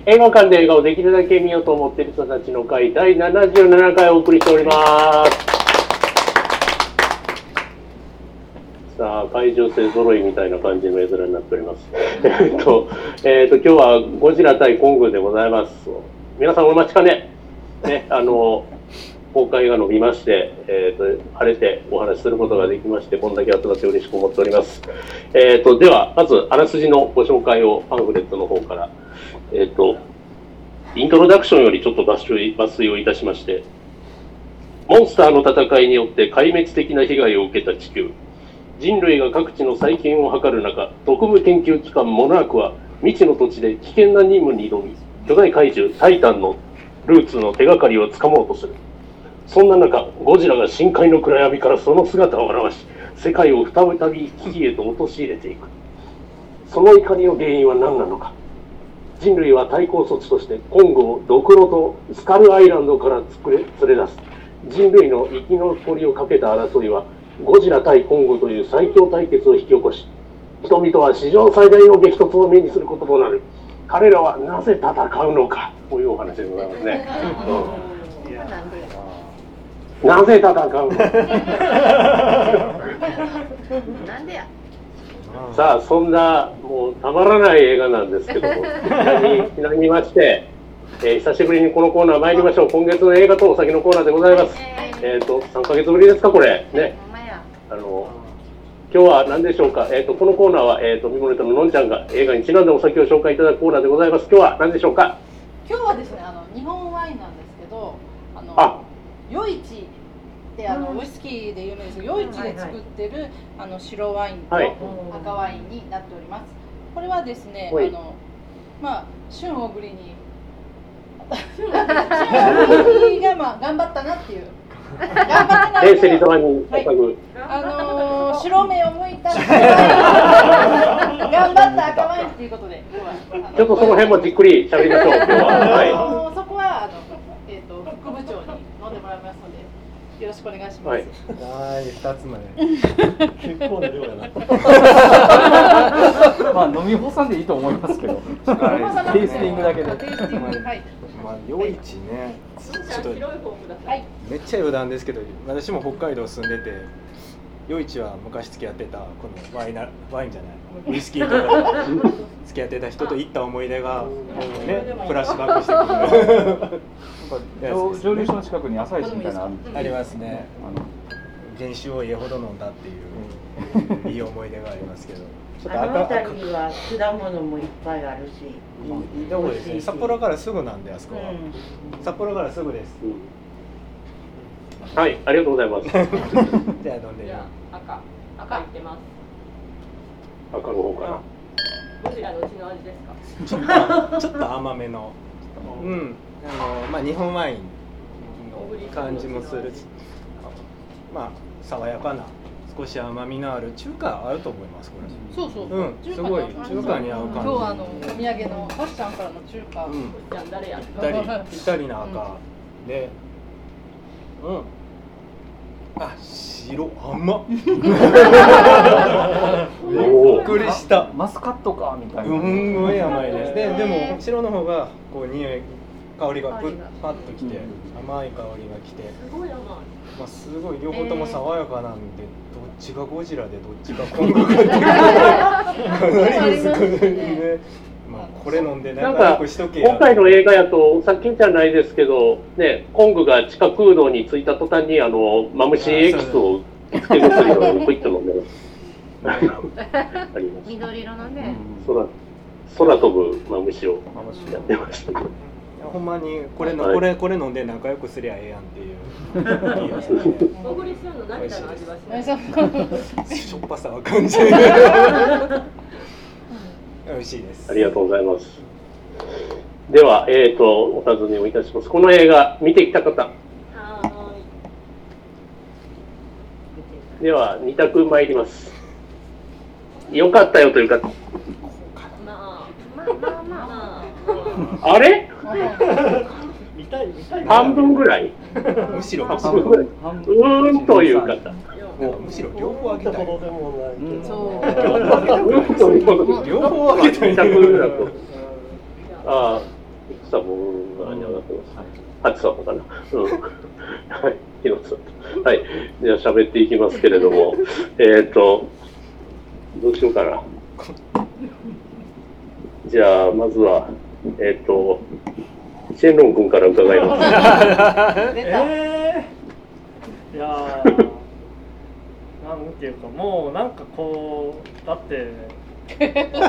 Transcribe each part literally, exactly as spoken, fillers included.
映画館で映画をできるだけ見ようと思っている人たちの会だいななじゅうななかいをお送りしております。さあ、会場勢揃いみたいな感じの絵面になっております。えっと、えっと、今日はゴジラ対コングでございます。皆さんお待ちかね。ね、あの、公開が伸びまして、えっと、晴れてお話しすることができまして、こんだけ集まって嬉しく思っております。えっと、では、まず、あらすじのご紹介をパンフレットの方から。えっと、イントロダクションよりちょっと抜粋、抜粋をいたしまして、モンスターの戦いによって壊滅的な被害を受けた地球。人類が各地の再建を図る中、特務研究機関モナークは未知の土地で危険な任務に挑み、巨大怪獣タイタンのルーツの手がかりをつかもうとする。そんな中、ゴジラが深海の暗闇からその姿を現し、世界を再び危機へと陥れていく。その怒りの原因は何なのか。人類は対抗措置としてコングをドクロとスカルアイランドから連れ出す。人類の生き残りをかけた争いはゴジラ対コングという最強対決を引き起こし、人々は史上最大の激突を目にすることとなる。彼らはなぜ戦うのかというお話でございますね。うん、なぜ戦うのかなんでや。さあ、そんなもうたまらない映画なんですけども、ちなみまして、えー、久しぶりにこのコーナー参りましょう。今月の映画とお酒のコーナーでございます。えっとさんかげつぶりですかこれね。あの今日は何でしょうか。えっとこのコーナーはえっとミモネとののんちゃんが映画にちなんでお酒を紹介いただくコーナーでございます。今日は何でしょうか。 今日はですね、あの日本ワインなんですけど、あのあ余市であのウイスキーで有名ですけど、余市で作ってるあの白ワインと赤ワインになっております。これはですね、あのまあ旬小栗に旬小栗がまあ頑張ったなっていう。頑張ってないえ、セリ様に、はい、 あのー、白目を向いた頑張った赤ワインということで、 ちょっとその辺もじっくり喋りましょう。今日は、はい、 あのー、そこはあの、えー、と副部長に飲んでもらいますので、よろしくお願いします。はい、 はい、ふたつまで。結構な量やな。 まあ飲み干さんでいいと思いますけど、はい、テイスティングだけで。 テイスティング、はい。 まあ余市ね、ちょっとめっちゃ余談ですけど、私も北海道住んでて、余市は昔付き合ってたこのワイナワインじゃないウイスキーとか付き合ってた人と行った思い出がねフラッシュバックしてくる。 蒸留所の近くに朝市みたいなのありますね。あの原酒を家ほど飲んだっていういい思い出がありますけど。 あの辺りは果物もいっぱいあるし、 いいとこですね。札幌からすぐなんであそこは。うん、札幌からすぐです。 うん、はい、ありがとうございます。じゃあ飲んで。 赤、赤いってます。 赤の方から。 ゴジラのうちの味ですか。 ちょっとちょっと甘めの、うん、あのまあ日本ワインの感じもするし、まあ爽やかな。少し甘みのある中華あると思いますこれ。 そうそう。 うん、すごい中華に合う感じ。 今日はあのお土産のトシちゃんからの中華。うん。トシちゃん誰や。 ぴったりぴったりな赤で、うん。あ、白甘っ。びっくりした。 マスカットかみたいな。 うんごい甘いです。で、でも白の方がこう匂い香りがパッときて甘い香りがきて。 すごい甘い。 まあすごい両方とも爽やかなんで、どっちがゴジラでどっちがコングかっていうかなり難しいね。まあこれ飲んで仲良くしとけや。 今回の映画やとさっきじゃないですけどね、コングが地下空洞に着いた途端にあのマムシエキスをつけるというのをクイッと飲んでます。あります。 緑色のね。 空空飛ぶマムシをやってました。 ほんまにこれの、はい、これこれ飲んで仲良くすりゃええやんっていう。いいやつね。 小栗旬の涙の味はしない。 しょっぱさは感じ。美味しいです。 ありがとうございます。ではえっ、ー、とお尋ねをいたします。この映画見てきた方。はい。では二択参ります。良かったよという方。 まあまあまあまあ。あれ？ 見たい見たい。 半分ぐらい。 むしろ半分ぐらい。うーんという方。 むしろ両方あげたい。 そう。 両方あげたい。ああ、 いくさんが上がってます。はちさんかな。うん。はい。ひろつさん。はい。じゃあ喋っていきますけれども、えっと、どうしようかな。じゃあ、まずは、えっと、シェンロン君から伺います。 えー、いやー、なんていうか、もうなんかこう、だって、面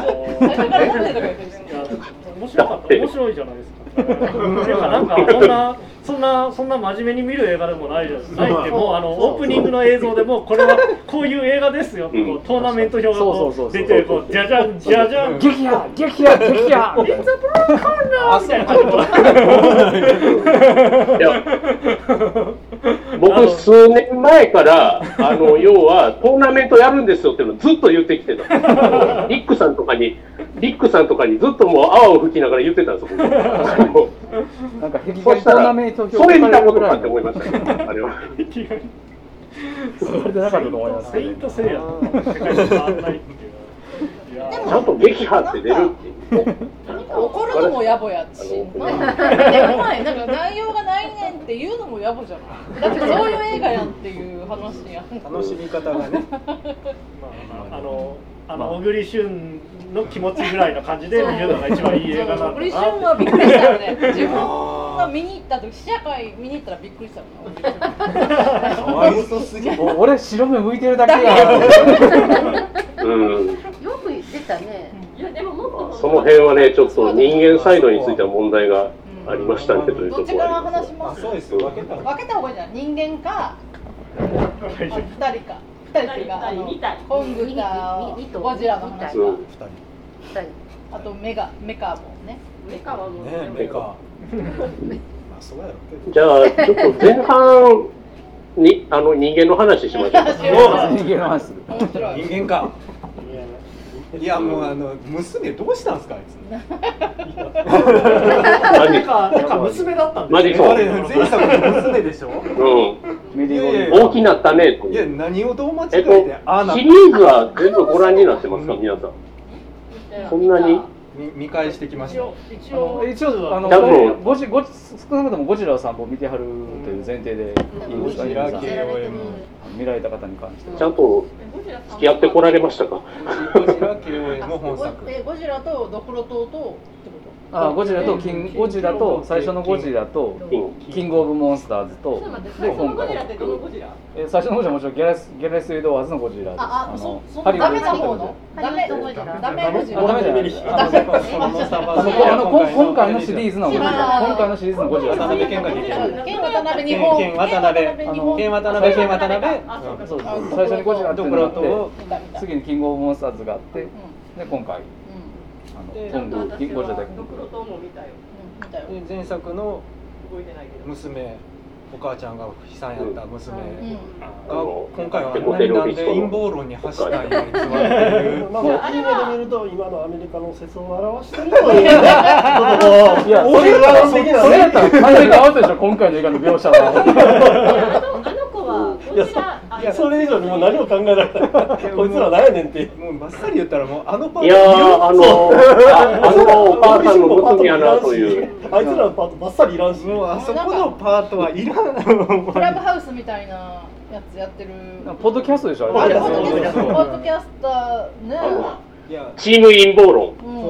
白かった、面白いじゃないですか。なんかそんなそんなそんな真面目に見る映画でもないじゃないって、もうあのオープニングの映像でもこれはこういう映画ですよってこうトーナメント表がこう出てこうじゃじゃんじゃじゃん激ヤ激ヤ激ヤみたいな。 みたいな感じ。 いや僕数年前からあの要はトーナメントやるんですよっていうのをずっと言ってきてた。リックさんとかにリックさんとかにずっともう泡を吹きながら言ってたんですよ。 なんか壁画トーナメント表それ見たことかって思いましたね。あれは。 それでなかったと思います。 セイントセイヤの世界に変わんないっていう。 ちゃんと撃破って出るっていう。 怒るのも野暮やし、でもなんか内容がないねんっていうのも野暮じゃない。だってそういう映画やんっていう話や。 楽しみ方がね。 まああのあの小栗旬の気持ちぐらいの感じで見るのが一番いい映画なんだな。 小栗旬はびっくりしたよね。自分が見に行った時、試写会見に行ったらびっくりしたの。 かわいそうすぎる。 俺白目向いてるだけや。 うん。 よく出たね。 いやでももっとその辺はねちょっと人間サイドについては問題がありましたねというところ。 どっちから話します？ そうですよ。分けた。 分けた方がいいじゃん。人間か二人か。二人っていうか、あのコングとゴジラの話か。二人。あとメガメカもね。 メカはもうねメカ。まあそうやろうけど。 じゃあちょっと前半にあの人間の話しましょう。 人間の話する。 人間か。いやもうあの娘どうしたんですかあいつ。 マジか。なんか娘だったんマジそう。 前作の娘でしょ。 うん。大きなったね。 いや何をどう間違えて、 えっと、シリーズは全部ご覧になってますか皆さん。そんなに見返してきました。 一応一応あのゴジゴジ少なくともゴジラをさんぼん見てはるという前提でいいですか。 ゴジラ系を見られた方に関してちゃんと付き合ってこられましたか。 ゴジラ系の本作。 ゴジラとドクロ島とあゴジラとキンゴジラと最初のゴジラとキングオブモンスターズとで今回え最初のゴジラもちろんギャラスギャラスエドワーズのゴジラです。 ああそそダメな方のダメゴジラダメゴジラダメじゃないです。あの今回のシリーズのゴジラ今回のシリーズのゴジラ。 渡辺謙が出てる。 ケン渡辺日本ケン渡辺ケン渡辺ケン渡辺。 そう最初にゴジラっていうのがあって次にキングオブモンスターズがあってで今回。今度ゴジラだけ前作の娘お母ちゃんが悲惨やった娘が今回はなんで陰謀論に走ったんやつはまあアニメで見ると今のアメリカの世相を表してるといういやそれそれやったら完全にアウトでしょ今回の映画の描写は。 あの子はゴジラいやそれ以上にもう何も考えられないこいつら何やねんってもうバッサリ言ったらもうあのパートいやーあのあのお母さんの娘やなというあいつらのパートバッサリいらんしもうあそこのパートはいらん。 クラブハウスみたいなやつやってるポッドキャストでしょあれポッドキャストポッドキャスターねチーム陰謀論。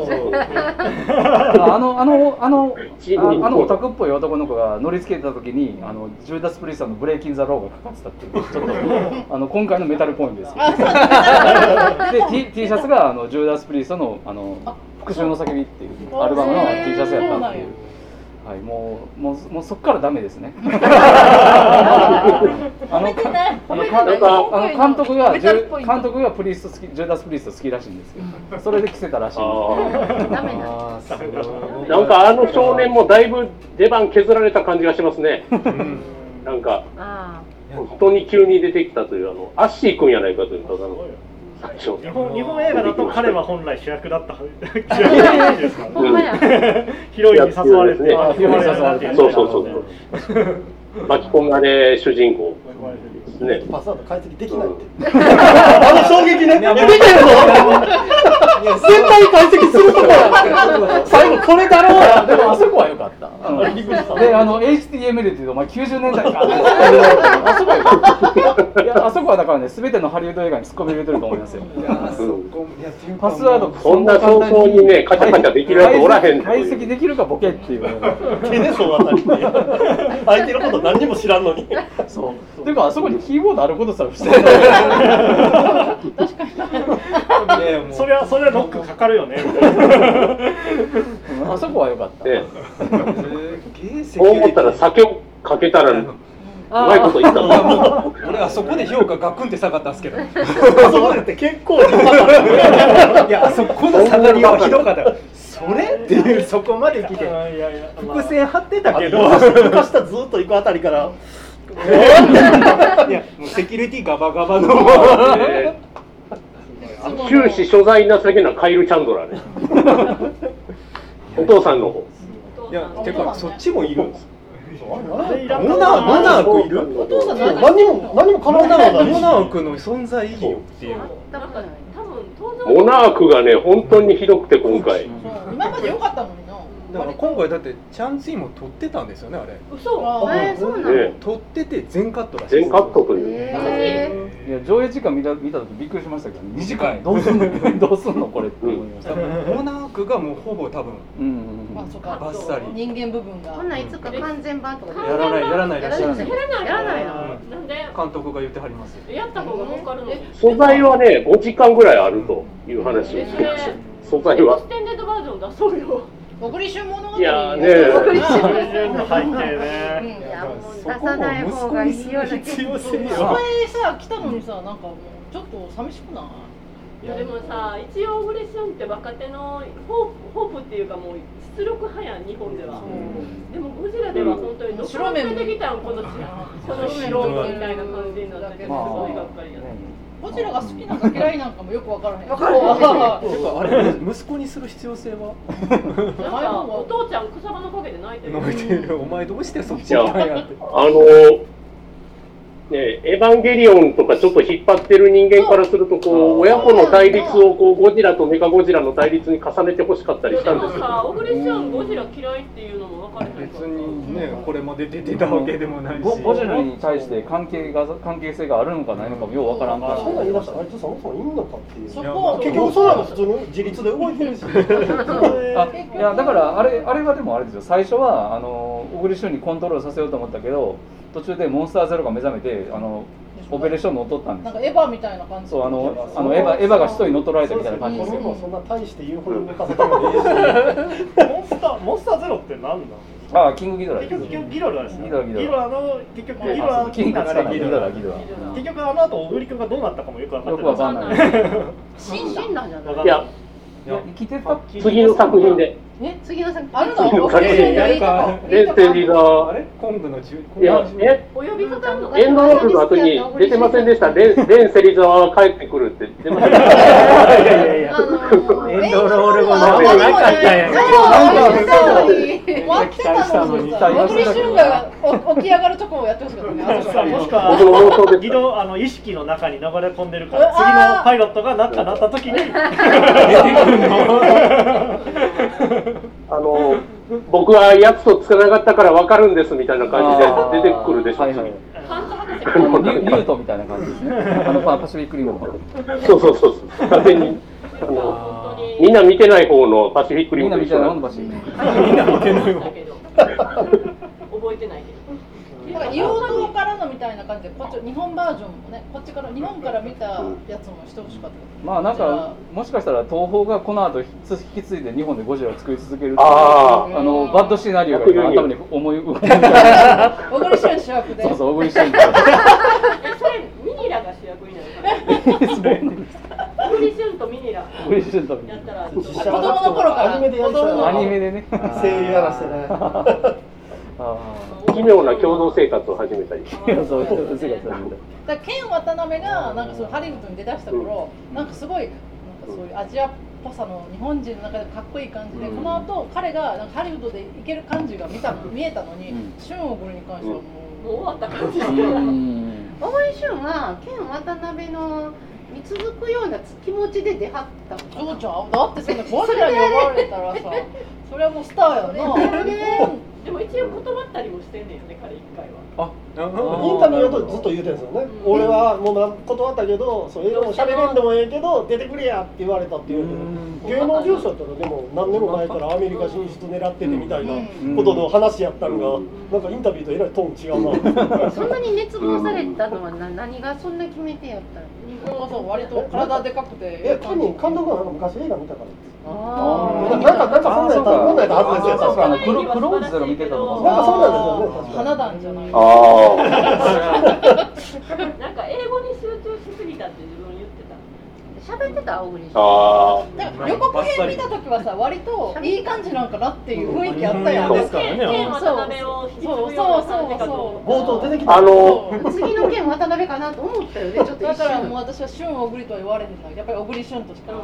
あのあのあのあのオタクっぽい男の子が乗り付けた時にあのジューダス・プリストのブレイキン・ザ・ローがかかってたっていうちょっとあの今回のメタルポイントですよ。で T, T シャツがあのジューダス・プリストのあの復讐の叫びっていうアルバムの T シャツやったっていう。はい、もうもうもうそこからダメですね。あのあの監督が監督がプリスト好きジューダスプリスト好きらしいんですけど、それで着せたらしいんです。ダメな。 なんかあの少年もだいぶ出番削られた感じがしますね。なんか本当に急に出てきたというあのアッシー君やないかというただの。 日本日本映画だと彼は本来主役だった主役じゃないですか。ヒロインに誘われて、 そうそうそうそう。巻き込まれ主人公。 ですね。 パスワード解析できないって。あの衝撃ね。出てるぞ。絶対解析するとこや。最後これだろうや。 でもあそこは良かった。で、あの エイチティーエムエル っていうとお前きゅうじゅうねんだいか。あそこは良かった。いや、あそこはだからね、すべてのハリウッド映画に突っ込み入れてると思いますよ。パスワードそんな早々にね、カチャカチャできるやつおらへん。 解析できるかボケっていう。 手でそうあたりに。相手のこと何にも知らんのに。 そう。ていうかあそこにキーボードあることさら不正だよ。確かに。それはそれはロックかかるよね。 あそこは良かった。 そう思ったら酒をかけたら。うまいこと言ったの。 俺あそこで評価ガクンって下がったんですけど。 それって結構ひどかった。 いやあそこの下がりはひどかった。それっていうそこまで来て伏線張ってたけど、 床下ずっと行くあたりから。 いやもうセキュリティガバガバの。 終始所在なさげなカイル・チャンドラーね。お父さんの方。 いやてかそっちもいるんです。 モナモナークいる？ お父さん何も何も絡んだのない。 モナークの存在意義よっていう。 モナークがね本当にひどくて今回。 今まで良かったのにな。 だから今回だってチャンツイも撮ってたんですよねあれ。 嘘。 えー、そうなの。 撮ってて全カットらしい。 全カットという。 いや上映時間見た見た時びっくりしましたけど、にじかんどうすんのどうすんのこれって思いました。 モナークがもうほぼ多分。 うんうんうん。まあそうか。 バッサリ。 人間部分が。 こんなんいつか完全版とかやらないやらないらしい。やらないやらないの。なんで？ 監督が言ってはります。 やった方が儲かるの。 素材はねごじかんぐらいあるという話をしてました。素材は。 エクステンデッドバージョン出そうよ。 小栗旬物語。 いやね。 小栗旬の背景ね。 いやもう出さない方がいいような気がする。 それさ来たのにさなんかもうちょっと寂しくない？ いやでもさ一応小栗旬って若手のホープホープっていうかもう出力派やん日本では。でもゴジラでは本当にどこから出てきたんこのこの素人みたいな感じになっててすごいがっかりやね。 ゴジラが好きなんか嫌いなんかもよく分からへん。 分からへん。あれ息子にする必要性は？ なんかお父ちゃん草葉の陰で泣いてる。 泣いてる。お前どうしてそっちに行ったんやって。 あのねエヴァンゲリオンとかちょっと引っ張ってる人間からするとこう親子の対立をこうゴジラとメカゴジラの対立に重ねてほしかったりしたんですよ。 でもさ小栗旬ゴジラ嫌いっていうのも分かれへん。 別にねこれまで出てたわけでもないし。 ゴジラに対して関係が関係性があるのかないのかもようわからんから。 そんなん言い出したらあいつそもそもいんのかっていう。 そこ結局それは普通に自立で動いてるし。 あいやだからあれあれはでもあれですよ。最初はあの小栗旬にコントロールさせようと思ったけど途中でモンスターゼロが目覚めてあの。オペレーション乗っ取ったんです。 なんかエヴァみたいな感じ。 そうあのあのエヴァエヴァが一人乗っ取られたみたいな感じですよ。 もそんな大して言うほど動かせてもいいし。 モンスターモンスターゼロって何なの？ ああキングギドラ。 結局ギドラですよ。 ギドラギドラ。 ギドラの結局ギドラキングからギドラギドラ。 結局あの後小栗君がどうなったかもよく分かってない。 よくわかんない。 死んだんじゃない？ いや生きてた次の作品で。 え次の作品あるの？ 次の作品やるか。 レンテリがあれコングの中。 いやえお呼びかかんの？ エンドロールの後に出てませんでした。レンレンセリザは帰ってくるって出ませんでした。 いやいやいや。エンドロール後のなかったんや。 終わってたのにさ、小栗旬が起き上がるとこをやってほしかったね。 もしくはギドあの意識の中に流れ込んでるから次のパイロットがなったなった時に出てくるの。あの僕はやつとつながったから分かるんですみたいな感じで出てくるでしょ。はいはい。 ニュートみたいな感じですね。あのパシフィックリムの。 そうそうそうそう。勝手にあのみんな見てない方のパシフィックリムと一緒なんです。 みんな見てない方。 覚えてないけど。 なんか硫黄島からのみたいな感じで、こっち日本バージョンもね、こっちから日本から見たやつもしてほしかった。 まあなんかもしかしたら東宝がこの後引き継いで日本でゴジラを作り続けるああのバッドシナリオが頭に思い浮かんで小栗旬主役で。 そうそう小栗旬。 えそれミニラが主役になるから。小栗旬とミニラ。 小栗旬とミニラ。 やったら子供の頃からアニメでやりたい。 アニメでね。 声優やらせてね。 奇妙な共同生活を始めたり。 そういう共同生活を始めた。 だケン渡辺がなんかそうハリウッドに出だした頃、なんかすごいなんかそういうアジアっぽさの日本人の中でかっこいい感じで、この後彼がなんかハリウッドでいける感じが見た見えたのに、シュン・オグリに関してはもうもう終わった感じ。 小栗旬はケン渡辺のに続くような気持ちで出はったそうちゃんだってそんなゴジラに呼ばれたらさそれはもうスターやなでも一応断ったりもしてんねんよね彼一回は。 あ、インタビューだとずっと言うてるんですよね、うん、俺はもう断ったけどそう英語も喋れんでもええけど出てくれやって言われたっていう芸能事務所だったらでも何年も前からアメリカ進出狙っててみたいなことの話やったのがなんかインタビューとえらいトーン違うなそんなに熱望されたのは何がそんな決め手やったの？ そう割と体でかくてえ、単に監督は昔映画見たからですああ、なんか、なんかそんなんやったそんなんやったはずですよ。確かに、クローズが見てたのかな。なんかそうなんですよね。 花壇じゃない。 ああ。なんか英語に集中しすぎたって自分言ってた。 喋ってた小栗旬。 ああ。 だから予告編見た時はさ、割といい感じなんかなっていう雰囲気あったやん。 ですからね。剣渡辺を引き継ぐような感じかと。 冒頭出てきた。 あの次の剣渡辺かなと思ったよね。ちょっとだからもう私は旬小栗とは言われへんの。やっぱり小栗旬としか。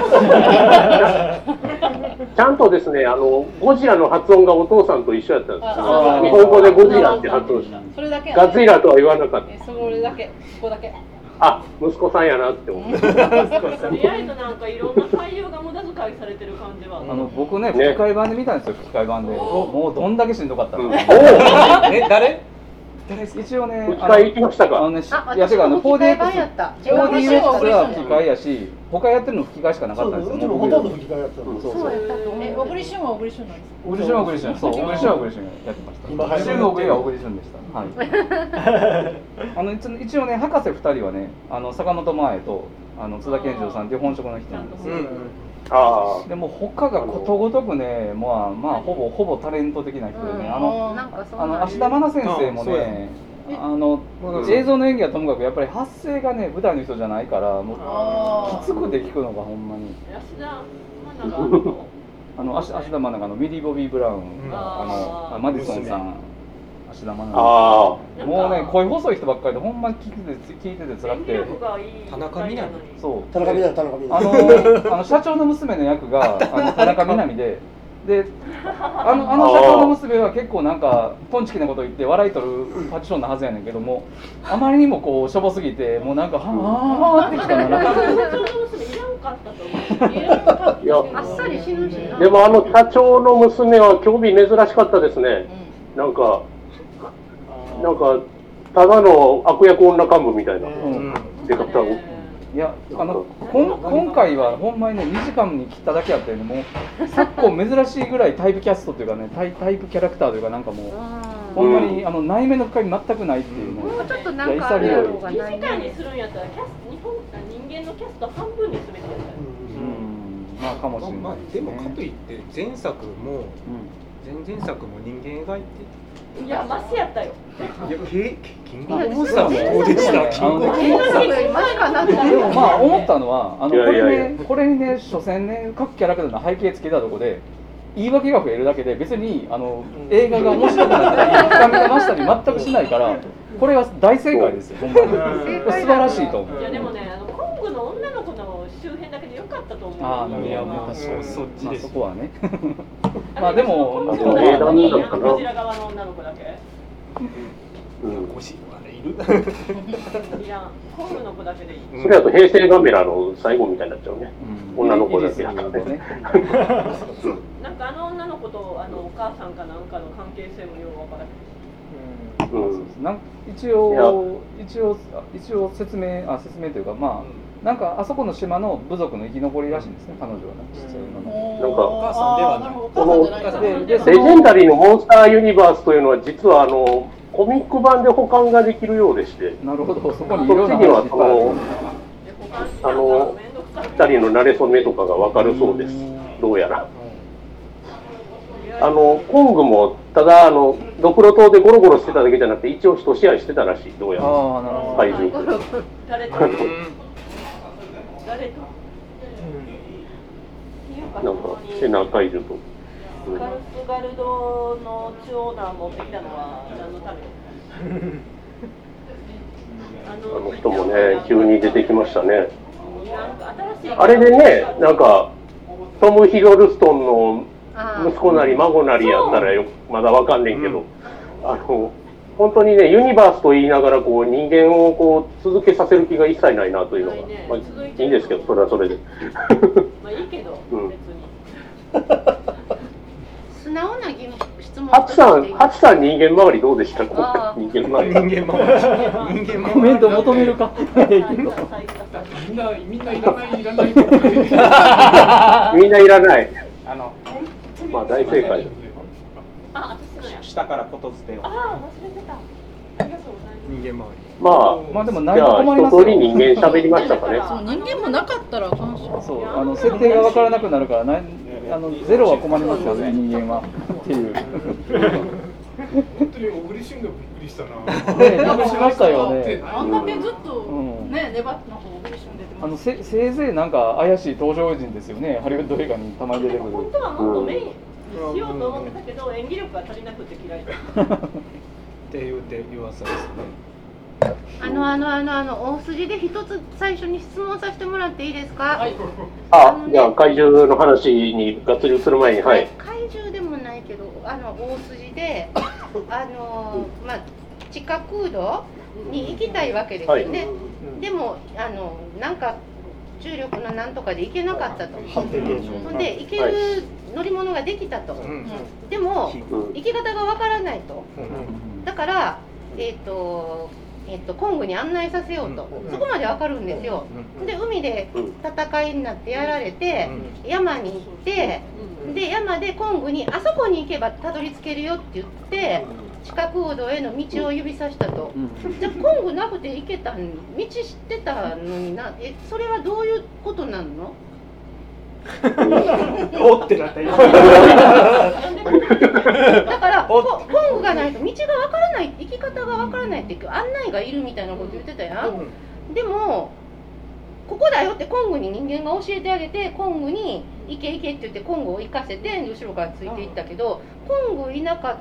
ちゃんとですね、あのゴジラの発音がお父さんと一緒やったんですよ。日本語でゴジラって発音した。 それだけ。 ガジラとは言わなかった。 それだけ。そこだけ。 あ、息子さんやなって思って。 とりあえずなんかいろんな俳優が無駄遣いされてる感じは。 あの僕ね吹き替え版で見たんですよ吹き替え版で。もうどんだけしんどかったの。 え、誰？ 一応ね、 吹き替え行きましたか。 あのね、いやてかあの フォーディーエックス フォーディーエックス は吹き替えやし、他やってるの吹き替えしかなかったんですよ。 うちもほとんど吹き替えやってた。 そうそう。 え、小栗旬は小栗旬なんですか。 小栗旬は小栗旬、そう、小栗旬は小栗旬やってました。今旬の小栗は小栗旬でした。はい。あの一応ね博士ふたりはね、あの坂本真綾とあの津田健次郎さんっていう本職の人なんですよ。あでも他がことごとくね、まあまあほぼほぼタレント的な人でね、あのあの芦田愛菜先生もね、あの映像の演技はともかくやっぱり発声がね舞台の人じゃないからもうきつくて聞くのがほんまに。 芦田愛菜があの芦田愛菜のミリー・ボビー・ブラウン、あのマディソンさん。芦田愛菜もうね声細い人ばっかりでほんまに聞いてて聞いてて辛くて。 田中みな実。 そう。 田中みな実田中みな実。あのあの社長の娘の役があの田中みな実で、であのあの社長の娘は結構なんかトンチキなこと言って笑い取るパチションなはずやねんけども、あまりにもこうしょぼすぎてもうなんかはあってきたのなんか。 社長の娘いらんかったと思う。 いやあっさり死ぬしな。 でもあの社長の娘は興味珍しかったですね。なんか。なんかただの悪役女幹部みたいな出方を。 いやあのこん今回はほんまにねにじかんに切っただけやったよね。もう昨今珍しいぐらいタイプキャストというかねタイタイプキャラクターというかなんかもうほんまにあの内面の深み全くないっていうね。 もうちょっとなんかあるやろうがない。 にじかんにするんやったらキャス日本人間のキャスト半分にすべきやったよ。 うんまあかもしれないでもかといって前作も前々作も人間描いて。 いや、マシやったよ。 いや、キングオブモンスターもそうでした。キングオブモンスター。でもまあ思ったのは、あのこれね、これにね、所詮ね、各キャラクターの背景つけたところで言い訳が増えるだけで別にあの映画が面白くなったり深みが増したり全くしないから、これは大正解ですよ。ほんまに素晴らしいと思う。 いやでもね、あのコングの女の子の周辺だけで良かったと思う。 ああ、いやまあそうそっちです。そこはね。まあでもゴジラ側の女の子だけ。 ゴジラねいる。 いや、コングの子だけでいい。 それだと平成ガメラの最後みたいになっちゃうね。女の子だけやったね。 なんかあの女の子とあのお母さんかなんかの関係性もよくわからない。 うん、なん一応一応一応説明あ説明というかまあなんかあそこの島の部族の生き残りらしいんですね彼女はね。 なんかお母さんではない。 このレジェンダリーのモンスターユニバースというのは実はあのコミック版で保管ができるようでして。 なるほどそこにそっちにはそのあのふたりの馴れ初めとかがわかるそうです。どうやら。あのコングもただあのドクロ島でゴロゴロしてただけじゃなくて一応一試合してたらしい。どうやら怪獣誰と誰となんかセナ怪獣とガルスガルドの長男持ってきたのは何のため？ あの人もね急に出てきましたね。あれでねなんかトム・ヒドルストンの息子なり孫なりやったらよまだわかんねんけど、あの本当にね、ユニバースと言いながらこう人間をこう続けさせる気が一切ないなというのが、ね、まあ、いいんですけど、それはそれで。 まあいいけど、うん、別に。 素直な質問。 ハチさん、ハチさん人間周りどうでした？人間周り。 人間周り。人間コメント求めるか。 みんなみんないらないいらない。 みんないらない。あの、まあ大正解。 あ、私のや。 下からことづてを。 あ、忘れてた。ありがとうございます。 人間周り。 まあ、 まあでもないと困りますよ。 一通り人間喋りましたかね。 そう、人間もなかったらあかんし。 そう、あの設定が分からなくなるからな、あのゼロは困りますよね、人間はっていう。 本当に小栗旬がびっくりしたな。 ね、びっくりしましたよね。 あんだけずっとね、粘っての方小栗旬出てます。 あのせせいぜいなんか怪しい登場人ですよね、ハリウッド映画にたまに出てくる。 本当はもっとメインしようと思ってたけど、演技力が足りなくて嫌いだ。 っていうて噂ですね。 あのあのあのあの大筋で一つ最初に質問させてもらっていいですか。はい、 あ、じゃあ怪獣の話にがっつりする前に、はい。 怪獣でもないけど、あの大筋で、あのまあ地下空洞に行きたいわけですよね。はい、でもあのなんか重力のなんとかで行けなかったと。ほんで行ける乗り物ができたと。でも行き方がわからないと。だからえっと。えっと、コングに案内させようと、うん、そこまでわかるんですよ、うん、で海で戦いになってやられて、うん、山に行って、うん、で山でコングにあそこに行けばたどり着けるよって言って地下空洞への道を指さしたと、うん、じゃあコングなくて行けたん道知ってたのにな、えそれはどういうことなの？ おってなったよ。だからコングがないと道がわからない、行き方がわからないって案内がいるみたいなこと言ってたやん、うん、でもここだよってコングに人間が教えてあげて、コングに行け行けって言ってコングを行かせて後ろからついていったけど、コングいなかった、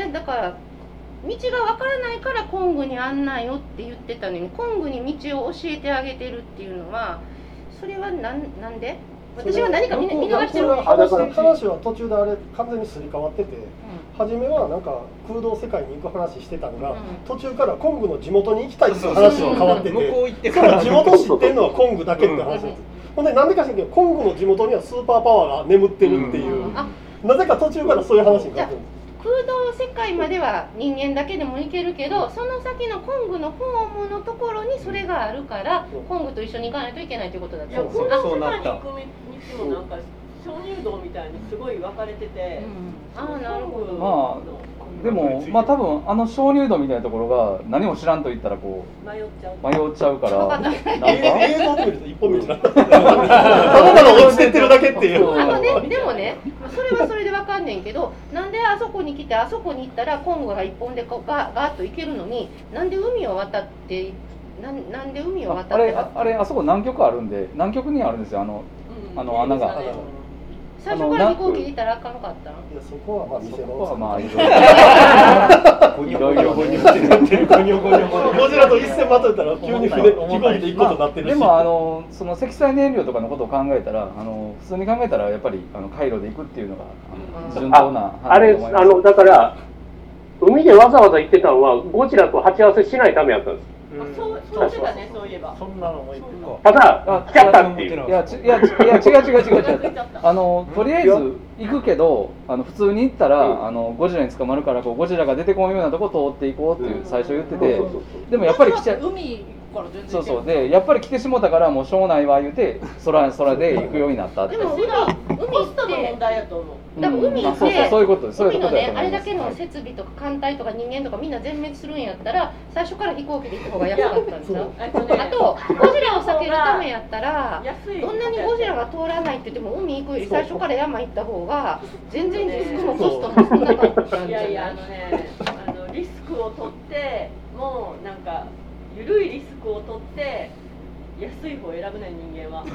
だから道がわからないからコングに案内をって言ってたのに、コングに道を教えてあげてるっていうのはそれはなんなんで？私は何か見逃してるの？ 話は途中であれ完全にすり替わってて、うん、初めはなんか空洞世界に行く話してたのが、うん、途中からコングの地元に行きたいっていう話が変わってて、向こう行ってから地元知ってるのはコングだけって話です。ほんでなんでか知らんけどコングの地元にはスーパーパワーが眠ってるっていう、うん、なぜか途中からそういう話になってるんです。 空洞世界までは人間だけでも行けるけど、その先のコングのホームのところにそれがあるから、うん、コングと一緒に行かないといけないということだったんですよ。 そうなった。道もなんか鍾乳洞みたいにすごい分かれてて、 うん、ああなるほど。 まあでもまあ多分あの鍾乳洞みたいなところが何も知らんと言ったらこう迷っちゃう迷っちゃうからなんか映像で見ると一本道になったただただ落ちてってるだけっていう。 あのね、でもねそれはそれで分かんねんけど、なんであそこに来てあそこに行ったらコングが一本でガガーッと行けるのに、なんで海を渡ってななんで海を渡ってあれあれあそこ南極あるんで、南極にあるんですよ、あの、うん、あの穴が。 最初から飛行機でいたらあかんかったん？いやそこはまあ見せそこはまあいろいろゴニョゴニョゴニョゴニョゴニョゴジラと一戦まとめたら急に船飛行機で行くことになってるし、 でもあのその積載燃料とかのことを考えたら、あの普通に考えたらやっぱりあの回路で行くっていうのがあの順当なああれあのだから海でわざわざ行ってたのはゴジラと鉢合わせしないためやったんです。 あ、そうそうしてたね、そういえば。 そんなのもいくか。 ただ来ちゃったっていう。 いやちいやいや違う違う違う違う。あのとりあえず行くけど、あの普通に行ったら、うん、あのゴジラに捕まるからこうゴジラが出てこんようなとこ通っていこうっていう最初言ってて、でもやっぱり来ちゃう。 海から全然そうそうでやっぱり来てしもたからもうしょうないわ言うて空空で行くようになったって。 でも海海っての問題やと思う。 だから海って、 そうそうそういうことそういうことだと思います。 海のねあれだけの設備とか艦隊とか人間とかみんな全滅するんやったら最初から飛行機で行った方が安かったんですよ。あとゴジラを避けるためやったらどんなにゴジラが通らないって言っても海行くより最初から山行った方が全然リスクもコストも少なかったんじゃない。 いやいやあのねあのリスクを取ってもうなんか緩いリスクを取って安い方を選ぶね人間は。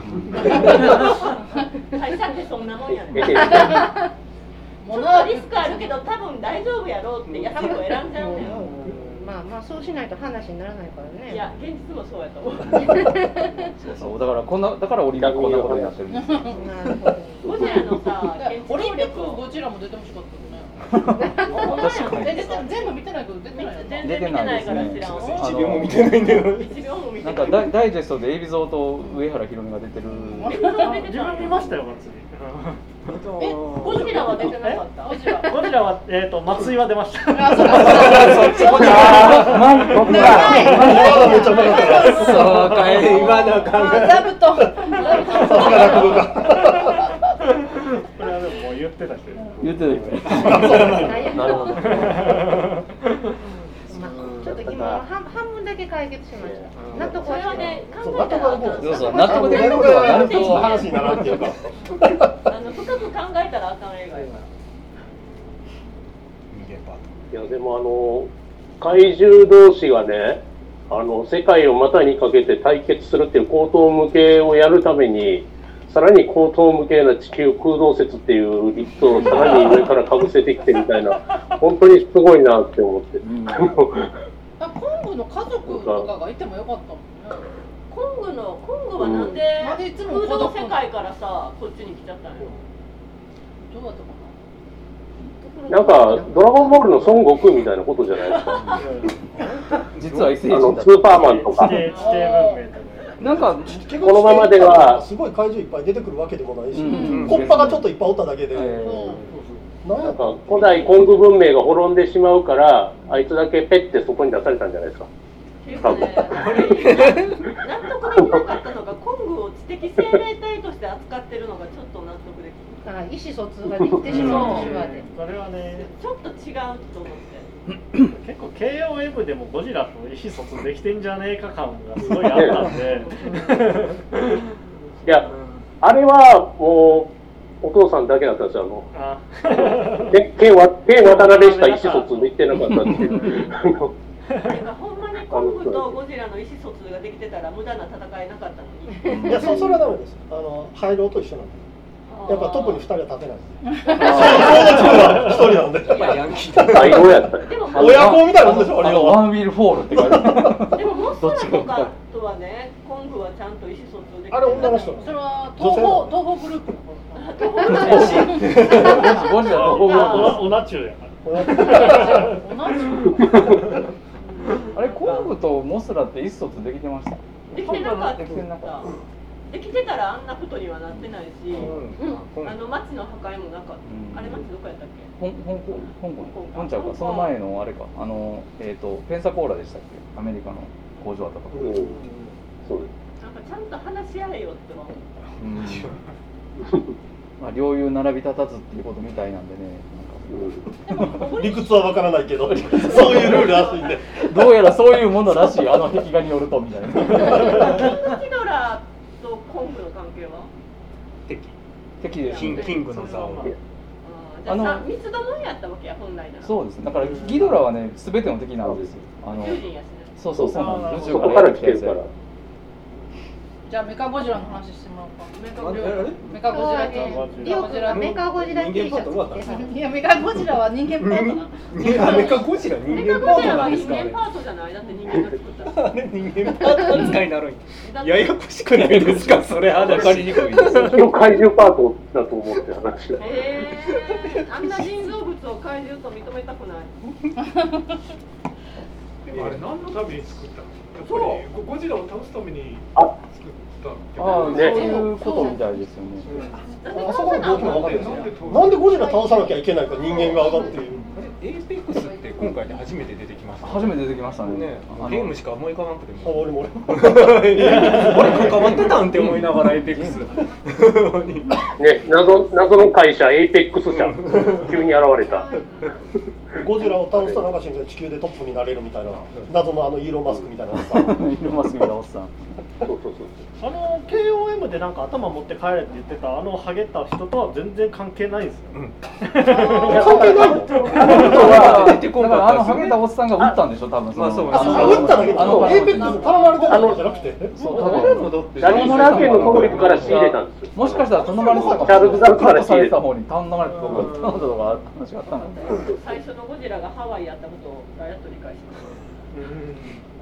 会社ってそんなもんやねん。ちょっとリスクあるけど多分大丈夫やろうって安い方選んじゃうねん。 まあまあそうしないと話にならないからね。 いや現実もそうやと思う。 そうそうだからこんなだからオリンピックこんなことになってるんです。 なるほど。ゴジラのさ、 オリンピックゴジラも出てほしかったよね。 確全部見てないけど出てない。 全然見てないから知らん。 一秒も見てないんだよ。 なんかダイダイジェストで海老蔵と上原ひろみが出てる。 自分見ましたよ、松井。 え、ゴジラは出てなかった。 ゴジラ、ゴジラはえっと松井は出ました。 あ、そうか。ま、僕が。そうか、今の考え。 座布団。 これはでももう言ってた人。 言ってた人。なるほど。 ちょっと今半半分だけ解決しました。納得それはね、 考えたらそうそう、納得できることは納得話にならんっていうか。 あの深く考えたらあかん映画やから。 いやでもあの怪獣同士がね、あの世界を股にかけて対決するっていう高等無形をやるために、さらに高等無形な地球空洞説っていうリットをさらに上からかぶせてきてみたいな、本当にすごいなって思って。うん、 コングの家族とかがいてもよかったもんね。 コングのコングはなんで空洞世界からさこっちに来ちゃったのよ。 どうだったかな。 なんかドラゴンボールの孫悟空みたいなことじゃないですか。 実は異星人だった。スーパーマンとか。 なんかこのままではすごい怪獣いっぱい出てくるわけでもないし、コッパがちょっといっぱいおっただけで。 なんか古代コング文明が滅んでしまうから、あいつだけペッてそこに出されたんじゃないですか。 多分。納得できなかったのがコングを知的生命体として扱ってるのがちょっと納得できる。 あ、意思疎通ができてしまう手話で。 それはね、 ちょっと違うと思って。 結構 ケーオーエム でもゴジラと意思疎通できてんじゃねえか感がすごいあったんで。 いや、あれはもうお父さんだけだったんですよ。あのでケン渡辺しか意思疎通できてなかったっていう。 ほんまにコングとゴジラの意思疎通ができてたら無駄な戦いなかったのに。 いや、そそれはダメです。あの廃炉と一緒なんで。やっぱトップにふたりは立てない。一人なんで。やっぱりヤンキー。廃炉やったね。親子みたいなもんでしょ。あれはワンウィルフォールって書いてある。 でもモスラとかとはね、コングはちゃんと意思疎通できてる。 あれ女の人。 それは東方東方グループ。 東方グループ。 ゴジラ東方グループ。 オナチューやから。 あれコングとモスラって意思疎通できてました。 できてなかった。できてたらあんなことにはなってないし、うん、あの町の破壊もなかった。うん、あれ町どこやったっけ？ 香港、香港、香港ちゃうか。その前のあれか。あのえっ、ー、とペンサコーラでしたっけ？アメリカの工場あったところ。うん、そうです。 なんかちゃんと話し合えよって思う。 うん、まあ両雄並び立たずっていうことみたいなんでね。 理屈はわからないけど、そういうルールらしいんで。 どうやらそういうものらしい。あの壁画によるとみたいな。 キングギドラとコングの関係は？ 敵。 敵でキンキングの座を。 あの三つどもんやったわけや本来なら。 そうですね。だからギドラはねすべての敵なんですよ。あの。そうそうそうなんです。 宇宙から来てるから。 じゃあメカゴジラの話してもらおうか。メカゴジラ。メカゴジラとリオ君はメカゴジラ T シャツ。 いやメカゴジラは人間パートな。 メカゴジラ人間パートなんですか。 人間パートじゃない。だって人間が作った。 あれ人間パート扱いになるんや。ややこしくないですか。それわかりにくいです。 怪獣パートだと思って話。 ええ。あんな人造物を怪獣と認めたくない。 でもあれ何のために作ったの？やっぱりゴジラを倒すために作った。 ああ、そういうことみたいですよね。 あそこの動機も分かるんですよ。なんでゴジラ倒さなきゃいけないか人間側がっていう。 エーペックスって今回で初めて出てきました。 初めて出てきましたね。 ゲームしか思い浮かばなくても。 俺も俺も。 俺関わってたんって思いながらエーペックス。 ね、謎謎の会社エーペックス社急に現れた。 ゴジラを倒すとなんか瞬間地球でトップになれるみたいな謎のあのイーロンマスクみたいなさ。イーロンマスクみたいなおっさん。 そうそうそう。 あの ケーオーエム でなんか頭持って帰れって言ってたあのハゲた人とは全然関係ないんですよ。うん、関係ないの？ 出てこなかった。あのハゲたおっさんが撃ったんでしょ多分。 まあそう。撃っただけど、あのエーペックス頼まれてたのじゃなくて。 そう多分。 ダニーラケンのトーリックから仕入れたんですよ。 もしかしたら頼まれてたかも。 チャールズダックから仕入れた方に頼まれてたとかとか話があったの。 最初のゴジラがハワイやったことをやっと理解しました。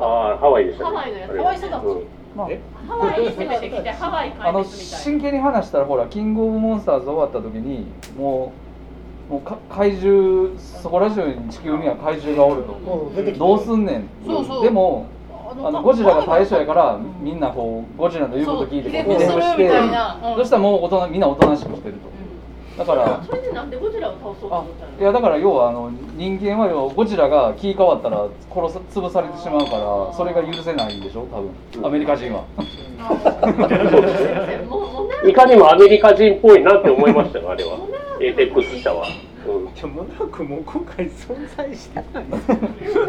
ああハワイでしたね。 ハワイのやつ。 ハワイ育ち。 まあ、 ハワイに攻めてきてハワイ壊滅みたいな。 あの真剣に話したらほらキングオブモンスターズ終わった時にもうもうか怪獣そこら中に地球には怪獣がおると、うん、どうすんねん。そうそうでもあのゴジラが対象やからみんなこうゴジラの言うこと聞いてこうひれ伏して、うん、そしたらもう大人みんなおとなしくしてると。だからそれでなんでゴジラを倒そうと思ったの？ いやだから要はあの人間は要はゴジラが気変わったら殺さ潰されてしまうからそれが許せないんでしょ多分アメリカ人は。 いかにもアメリカ人っぽいなって思いましたよあれは。エーペックス社は。 じゃモナークも今回存在してない。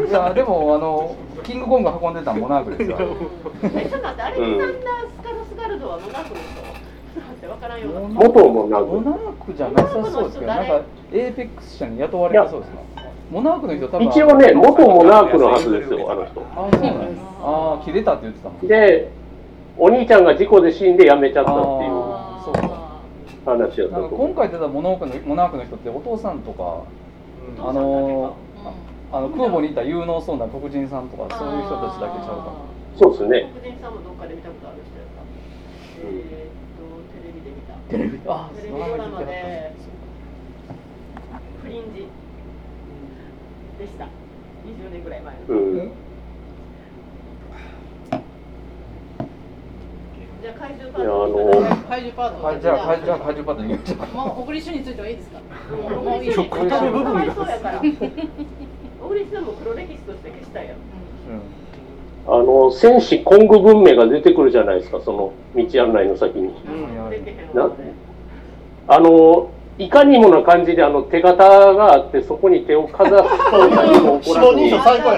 いやでもあのキングコング運んでたモナークですよ。 えちょっと待ってアレキサンダー・スカルスガルドはモナークの人？ 元モナーク。 モナークじゃなさそうですけど、なんかエーペックス社に雇われたそうですか。モナークの人多分一応ね元モナークのはずですよあの人。 あそうなんです。ああ切れたって言ってたの。 でお兄ちゃんが事故で死んで辞めちゃったっていう話だったと。 なんか今回出たモナークのモナークの人ってお父さんとか、うん、あのあの空母にいた有能そうな黒人さんとかそういう人たちだけちゃうかな。 そうですね。 黒人さんもどっかで見たことある人やった。 うんえーテレビあテレビドラマでフリンジでしたにじゅうねんぐらい前の、うん、じゃあ怪獣パート怪獣パートじゃあ怪獣怪獣パートに言っちゃうもう小栗旬についてはいいですかもういい小栗旬かわいそうやから小栗旬も黒歴史として消したいやん、 あの戦士コング文明が出てくるじゃないですかその道案内の先に、うん、なあのいかにもな感じであの手形があってそこに手をかざすと何も起こらずに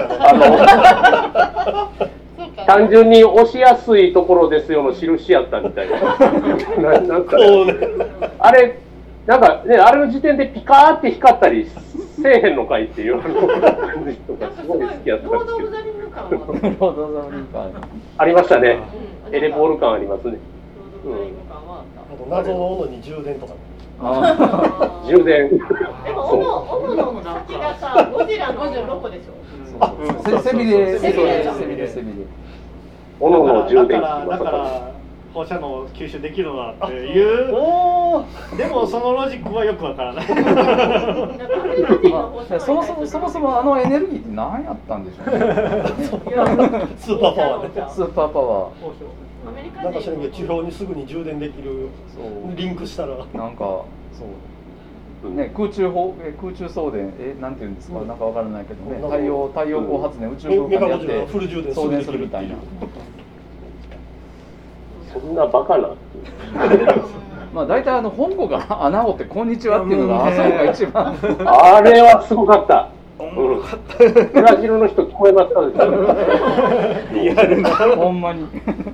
あの単純に押しやすいところですよの印やったみたいなななんか、ね、あれなんかねあれの時点でピカーって光ったりせえへんのかいっていうあの感じとかすごい好きやったんですけどありましたね、うん、エレボール感ありますね、うん、 あと謎の斧に充電とか充電でも斧の先がさゴジラのロゴでしょ背びれ背びれ背びれ背びれ斧の充電器だから放射能吸収できるのだっていうでもそのロジックはよくわからないそもそもそもそもあのエネルギーって何やったんでしょうねスーパーパワースーパーパワーなんか知らんけど地表にすぐに充電できるリンクしたらなんかそうね空中砲空中送電えなんていうんですかなんかわからないけどね太陽太陽光発電宇宙空間でやって送電するみたいなそんなバカなまあ大体あの香港が穴を掘ってこんにちはっていうのがあそこが一番あれはすごかった。ブラジルの人聞こえますか？ リアルなほんまに。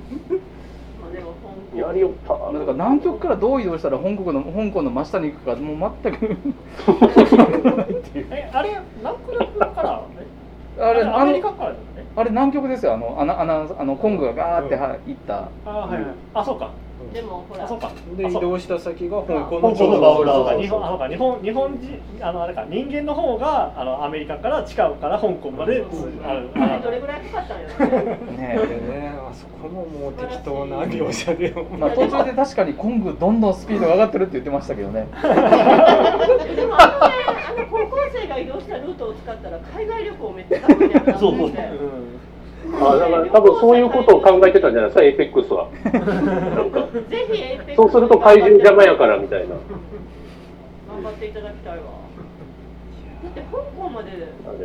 やりよった。 だから南極からどう移動したら香港の香港の真下に行くかもう全くえあれ南極からあれアメリカからだね。 あれ南極ですよあのあのあのあのコングがガーっては行った。 あはいはい。あそうか。 でもほら。 あそうか。で移動した先が香港のバウラー。 日本あそうか日本日本人あのあれか人間の方があのアメリカから近くから香港まである。あれどれぐらいかかったんやろね。 ねえあそこももう適当な描写で。 まあ途中で確かにコングどんどんスピードが上がってるって言ってましたけどね。 でもあのねあの高校生が移動したルートを使ったら海外旅行めっちゃ楽になったんですね。 あだから多分そういうことを考えてたんじゃないですかエーペックスはなんかぜひエーペックスそうすると怪獣邪魔やからみたいな頑張っていただきたいわだって香港まで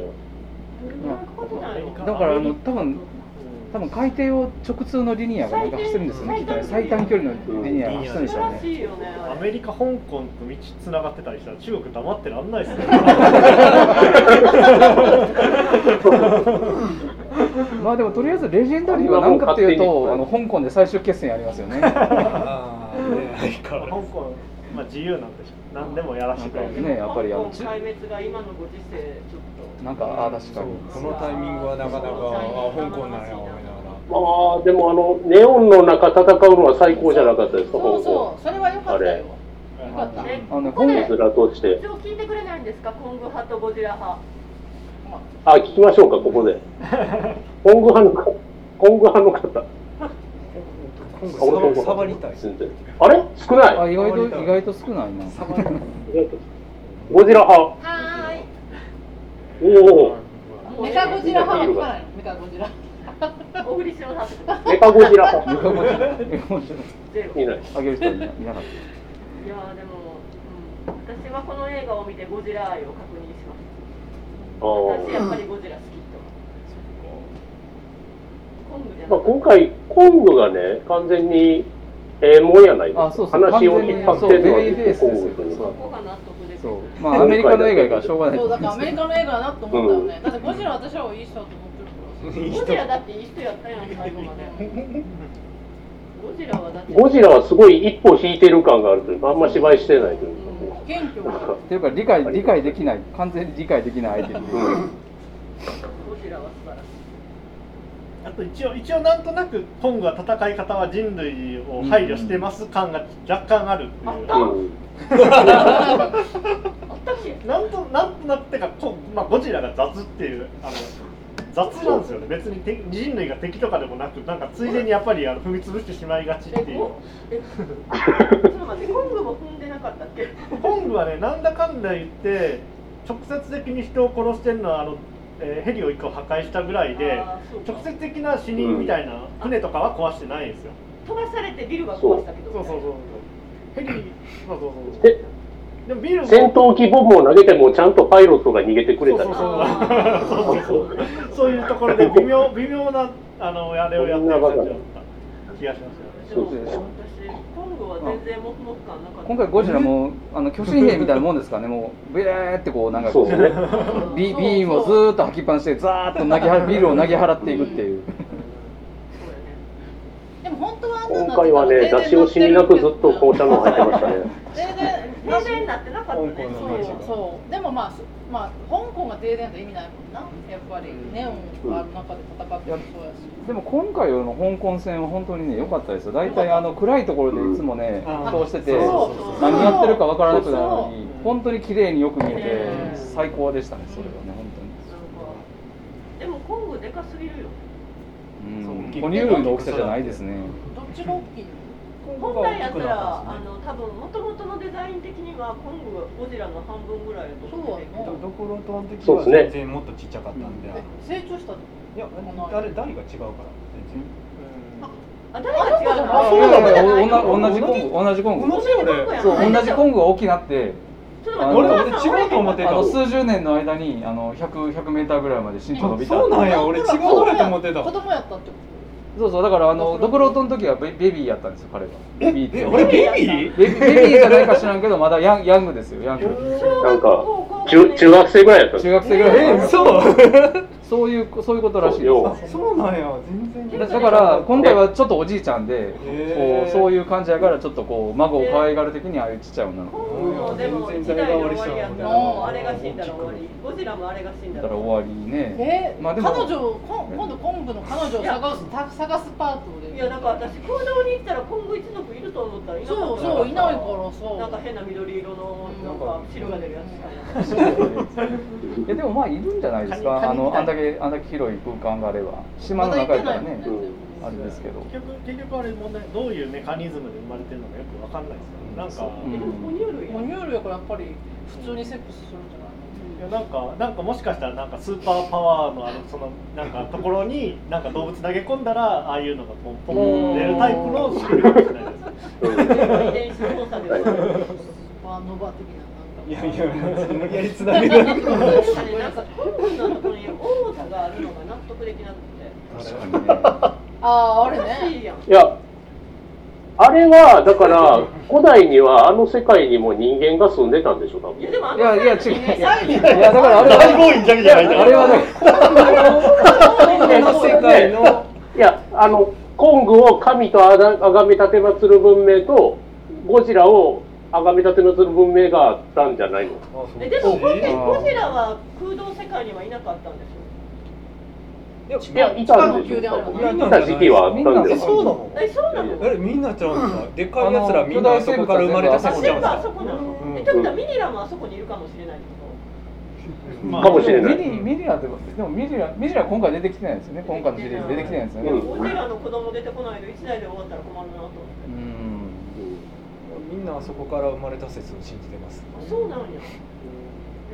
だからあの多分多分海底を直通のリニアがなんか走るんですよねきっとね最短距離のリニアが走るんですよねアメリカ香港と道つながってたりしたら中国黙ってらんないですねまあでもとりあえずレジェンダリーは何かっていうとあの香港で最終決戦ありますよね。 ああね香港まあ自由なんでしょう。何でもやらせてくれる。 ねやっぱりあの香港壊滅が今のご時世ちょっとなんかあ確かにこのタイミングはなかなか香港なんや思いながら。 まあでもあのネオンの中戦うのは最高じゃなかったですか。 そうそうそれは良かったよ。よかった。 あのコング面として。 一応聞いてくれないんですかコング派とゴジラ派。 あ、聞きましょうかここで。コング派の方、コング派の方。 コング触りたい。 あれ少ない。 あ意外と意外と少ないな。 ゴジラ派。 はーい。 おお。 メカゴジラ派は吹かないの？メカゴジラ。 小栗旬派。 メカゴジラ派。 メカゴジラ。メカゴジラ。 いない。 あげる人いなかった。 いやでも、うん、私はこの映画を見てゴジラ愛を確認しました。私やっぱりゴジラ好きと。コングじゃない。 まあ今回コングがね完全にええもんやないですか。 そうそう話を引っ張ってるのはコングというか。 そこが納得です。 そう。まあアメリカの映画やからしょうがない。 そうだからアメリカの映画だなと思ったよね。だってゴジラ私はいい人だと思ってるから。 ゴジラだっていい人やったやん最後まで。ゴジラはだって。 ゴジラはすごい一歩引いてる感があるというかあんま芝居してないというか。 謙虚が。 っていうか理解理解できない完全に理解できない相手に。 ゴジラは素晴らしい。 あと一応一応なんとなくコングは戦い方は人類を配慮してます感が若干あるっていう。 あった？あったっけ？ なんとなんとなくてかこまあゴジラが雑っていうあの雑なんですよね。別にて人類が敵とかでもなくなんかついでにやっぱりあの踏み潰してしまいがちっていう。 え、ちょっと待ってコングも踏んでなかったっけ？ コングはねなんだかんだ言って直接的に人を殺してるのはあの。えー、ヘリをいっこ破壊したぐらいで直接的な死人みたいな船とかは壊してないんですよ。 飛ばされてビルは壊したけど。 そうそうそうそう。ヘリそうそうそう。でもビルも戦闘機ボムを投げてもちゃんとパイロットが逃げてくれたり。 そうそうそうそうそういうところで微妙微妙なあのあれをやってる感じだった気がしますよね。 そうです。コングは全然モフモフ感なかった。 今回ゴジラもあの巨神兵みたいなもんですかね。もうビーってこうなんかこうビビームをずーっと吐きっぱなしでザーッと投げはビルを投げ払っていくっていう。 でも本当は今回はね出し惜しみなくずっと紅茶の入ってましたね。 全然停電になってなかったね。 そうそう。でもまあまあ香港が停電って意味ないもんな。やっぱりネオンがある中で戦ってるそうやし。 でも今回の香港戦は本当にね良かったですよ。大体あの暗いところでいつもね通してて何やってるかわからなくなるのに本当に綺麗によく見えて最高でしたね。それはね本当に。でもコングでかすぎるよ。 うん。哺乳類の大きさじゃないですね。 どっちが大きいの？ 本来やったらあの多分元々のデザイン的にはコングがゴジラの半分ぐらいと思ってるけど、 ドクロトン的には全然もっとちっちゃかったんで。 成長した？いや、あれ台が違うから全然。 あ、台が違うの？あ、そう同じコング同じコング。 同じよね。 そう同じコングが大きなって。 俺俺違うと思ってた。 あの数十年の間にあの百百メーターぐらいまで身長伸びた。 そうなんや。俺違うと思ってた。 子供やったってこと？ そうそうだからあのドクロトの時はベベビーやったんですよ彼は。 ベビーって。俺ベビー？ ベビーじゃないか知らんけどまだヤンヤングですよヤング。 なんか中中学生ぐらいやった。 中学生ぐらい。 え、そう。 そういうそういうことらしいです。 そうなんや。全然。 だから今回はちょっとおじいちゃんで、こうそういう感じやからちょっとこう孫を可愛がる的にああいうちっちゃい女の子。 もうでも一代で終わりやったらもうあれが死んだら終わり。ゴジラもあれが死んだら終わりね。 え、まあでも彼女今度コングの彼女を探す探すパートで。 いやなんか私空洞に行ったらコング一族いると思ったらいなかった。 そうそういないからそう。 なんか変な緑色のなんか汁が出るやつ。 いやでもまあいるんじゃないですか。あのあんだけあんだけ広い空間があれば島の中やったらね、あれですけど。 結局結局あれもねどういうメカニズムで生まれてるのかよくわかんないですから。なんか哺乳類哺乳類やからやっぱり普通にセックスするんじゃない？ いやなんかなんかもしかしたらなんかスーパーパワーのあのそのなんかところになんか動物投げ込んだらああいうのがポンポン出るタイプの仕組みかもしれないです。 遺伝子操作で。 バノバ的な。 いやいや無理やりつなげる。 なんかコングのところに王座があるのが納得できなくて。 確かにね。 あああれね。 いや。あれはだから古代にはあの世界にも人間が住んでたんでしょ多分。 いやでもあのいやいや違う。 いやだからあれは大豪院だけじゃないんだ。 あれはね。 の世界のいやあのコングを神とあがめ立てまつる文明とゴジラをあがめ立てまつる文明があったんじゃないの？ えでもゴジラは空洞世界にはいなかったんですよ。 いや、いたんでしょ。いた時期はあったんですよ。 そうなの？ え、そうなの？ あれみんなちゃうんか。でかい奴らみんなあそこから生まれたあ、 世全部界あそこなの。え、ってことはミニラもあそこにいるかもしれないってこかもしれない。 ミリミリラでもでもミリラミリラ今回出てきてないですよね。今回のシリーズ出てきてないですよね。 と？ゴジラの子供出てこないと一代で終わったら困るなと思って。 うん。 みんなあそこから生まれた説を信じてます。 そうなんや。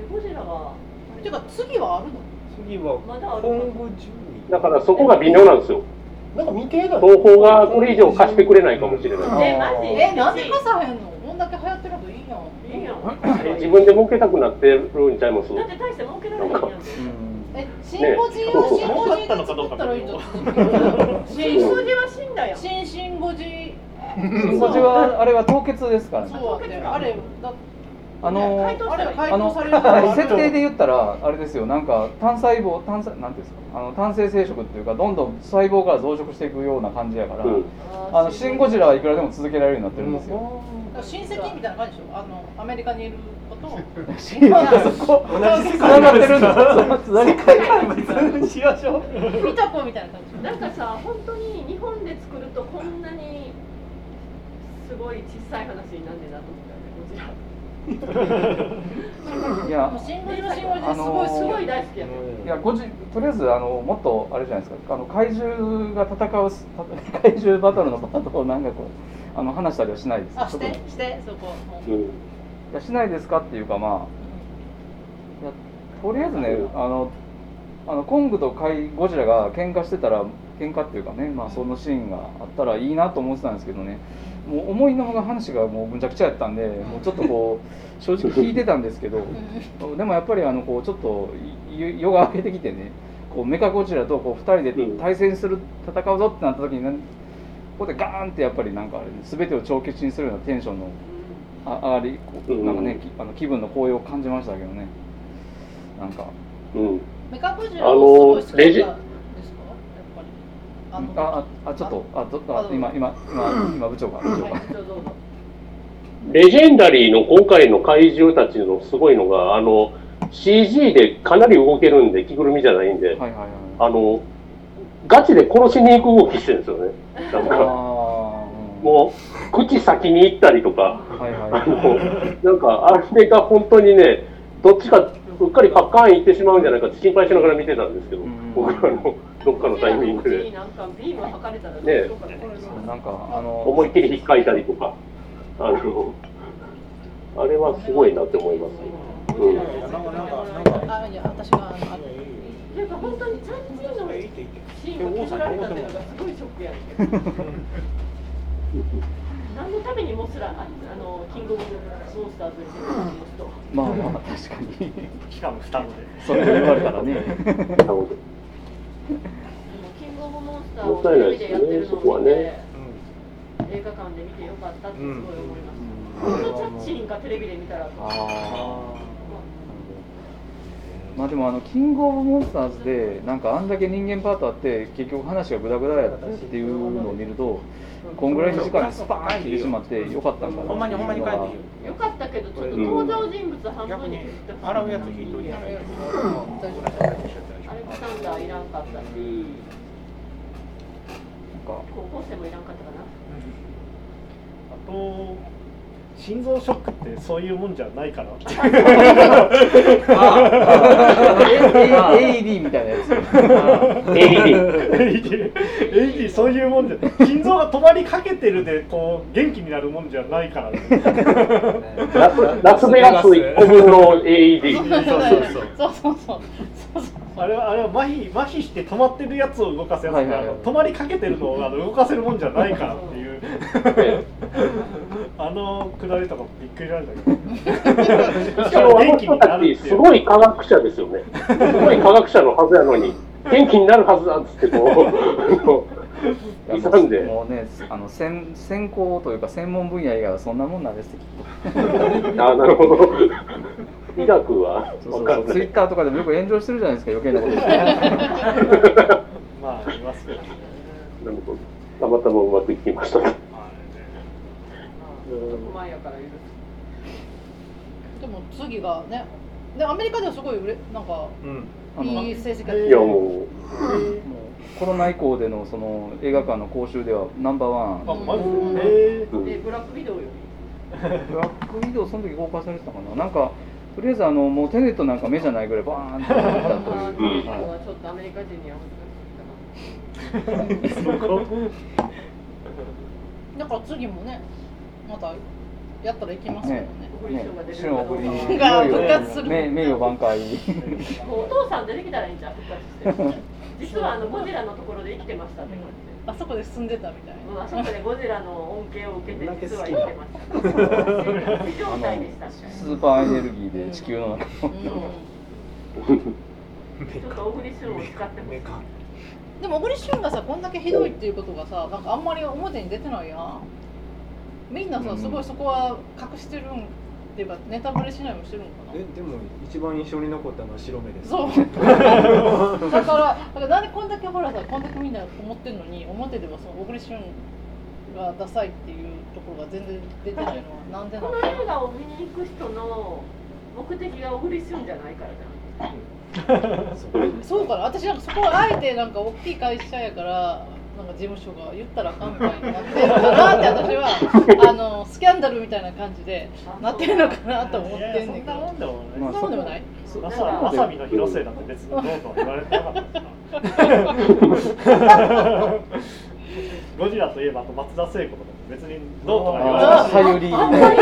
ゴジラはてか次はあるの？ 次はまだあるコングじゅうだからそこが微妙なんですよ。 なんか未定だ。 東宝がこれ以上貸してくれないかもしれない。 え、マジ？ え、なんで貸さへんの？こんだけ流行ってるといいやん。 いいやん。 自分で儲けたくなってるんちゃいます？ だって大して儲けられへんやん。 え、シンゴジをシンゴジで作ったらいいと。 シンゴジは死んだよ。 シンシンゴジ。 シンゴジはあれは凍結ですからね。 そうね。あれだ。 あのあれあの設定で言ったらあれですよ、なんか単細胞単細なんていうんですか、あの単性生殖っていうかどんどん細胞から増殖していくような感じやから、うん、あのシンゴジラはいくらでも続けられるようになってるんですよ。 親戚みたいな感じでしょ。あのアメリカにいることを。 そこ同じ繋がってるんだ。何回か別にしましょう。 見た子みたいな感じ。 なんかさ、本当に日本で作るとこんなにすごい小さい話になんねんなと思ったよね、ゴジラ。 いや、 シンゴジラシンゴジラすごいすごい大好きやね。 いや、ゴジとりあえずあのもっとあれじゃないですか。あの怪獣が戦う怪獣バトルのパートをなんかこうあの話したりはしないです。 あ、してしてそこ。 うん、いやしないですかっていうかまあ、いやとりあえずね、あのあのコングと怪ゴジラが喧嘩してたら喧嘩っていうかね、まあそのシーンがあったらいいなと思ってたんですけどね。もう思いのほか話がもうむちゃくちゃやったんで、もうちょっとこう正直聞いてたんですけど、でもやっぱりあのこうちょっと夜が明けてきてね、こうメカゴジラとこうふたりで対戦する戦うぞってなった時に、ね、ここでガーンってやっぱりなんかあれ、ね、全てを帳消しにするようなテンションのあ上がり、なんかね、あの気分の高揚を感じましたけどね。なんか、 うん、 メカゴジラはすごい好きだったんですか？ あああちょっとあどあ今今今今部長が部長がレジェンダリーの今回の怪獣たちのすごいのが、あの シージー でかなり動けるんで、着ぐるみじゃないんで、はいはいはい、あのガチで殺しに行く動きしてるんですよね。なんかもう口先に行ったりとか、はいはいはい、あのなんかあれが本当にね、どっちかうっかりパッカーン行ってしまうんじゃないかって心配しながら見てたんですけど、うん、僕らのどっかのタイミングで、なんかビーム測れたらどうしようかね、 なんかあの思いっきり引っかいたりとか、あのあれはすごいなって思います。うん。なんかなんかあいや私がなんか本当にチャンチンのシーンが削られたっていうのがすごいショックやねんけど。何のためにモスラああのキングオブモンスターズにしてるの人。 まあまあ確かに。 しかも双子で。 それ言われたらね。 キングオブモンスターをテレビでやってるのを見て、映画館で見てよかったってすごい思います。本当チャッチンかテレビで見たら。あまあでもあのキングオブモンスターズでなんかあんだけ人間パートあって結局話がグダグダやったっていうのを見ると。こんぐらいの時間でスパーンって入れてしまってよかったんかな。 ほんまにほんまに書いていいよ。 よかったけどちょっと登場人物半分に洗うやつ引いといて。アレクサンダーいらんかったし、高校生もいらんかったかな。 あと心臓ショックってそういうもんじゃないから。 エーイーディー みたいなやつ。 エーイーディー。 エーイーディー そういうもんじゃない。心臓が止まりかけてるでこう元気になるもんじゃないから、ね。 ラスベガスいっこぶんの エーイーディー。 そうそうそう。 あれはあれは麻痺麻痺して止まってるやつを動かすやつで、はいはいはい、止まりかけてるのをあの動かせるもんじゃないからっていう。あのくだりとかびっくりなんだけど。しかも元気になるっていう。 すごい科学者ですよね。すごい科学者のはずやのに元気になるはずだっつってこう勇んで。 もうね、あの専専攻というか専門分野以外はそんなもんなんですきっと。あ、なるほど。医学は分かんない。ツイッターとかでもよく炎上してるじゃないですか、余計なこと言って。 まあいますけどね。 なるほど。たまたまうまくいきましたね。 前やから許す。 でも次がね、でアメリカではすごい売れなんか、うん、いい成績が出ていやもう、もうコロナ以降でのその映画館の講習ではナンバーワン。 あ、マジで。 えー、ブラックビドウより。 ブラックビドウその時公開されてたかな。なんかとりあえずあのもうテネットなんか目じゃないぐらいバーンと出たという。 あー、テネットはちょっとアメリカ人には難しすぎたな。 だから次もね、またやったら行きますけどね。 旬小栗が復活する。 名誉挽回。 お父さん出てきたらいいんじゃん、復活して。実はあのゴジラのところで生きてましたって感じで。 あそこで住んでたみたいな。 あそこでゴジラの恩恵を受けて実は生きてました。非常態でした。 スーパーエネルギーで地球の中を。ちょっと小栗旬を使ってもいいか。 でも小栗旬がさ、こんだけひどいっていうことがさ、なんかあんまり表に出てないやん。みんなさ、すごいそこは隠してるんっていうか、ネタバレしないようにしてるのかな。 え、でも一番印象に残ったのは白目です。 そう。だから、だからなんでこんだけほらさ、こんだけみんな思ってるのに、表ではその小栗旬がダサいっていうところが全然出てないのはなんでなのかな。 この映画を見に行く人の目的が小栗旬じゃないからじゃん。 そうかな、私なんかそこはあえてなんか大きい会社やからなんか事務所が言ったらあかんみたいになってるのかなって私はあのスキャンダルみたいな感じでなってるのかなと思ってんねんけど。 そんなもんでもそんなもんでもない。 わさびの広末だって別にどうとは言われてなかったですか。ゴジラといえばあと松田聖子とか別にどうとは言われなかった。 さゆり。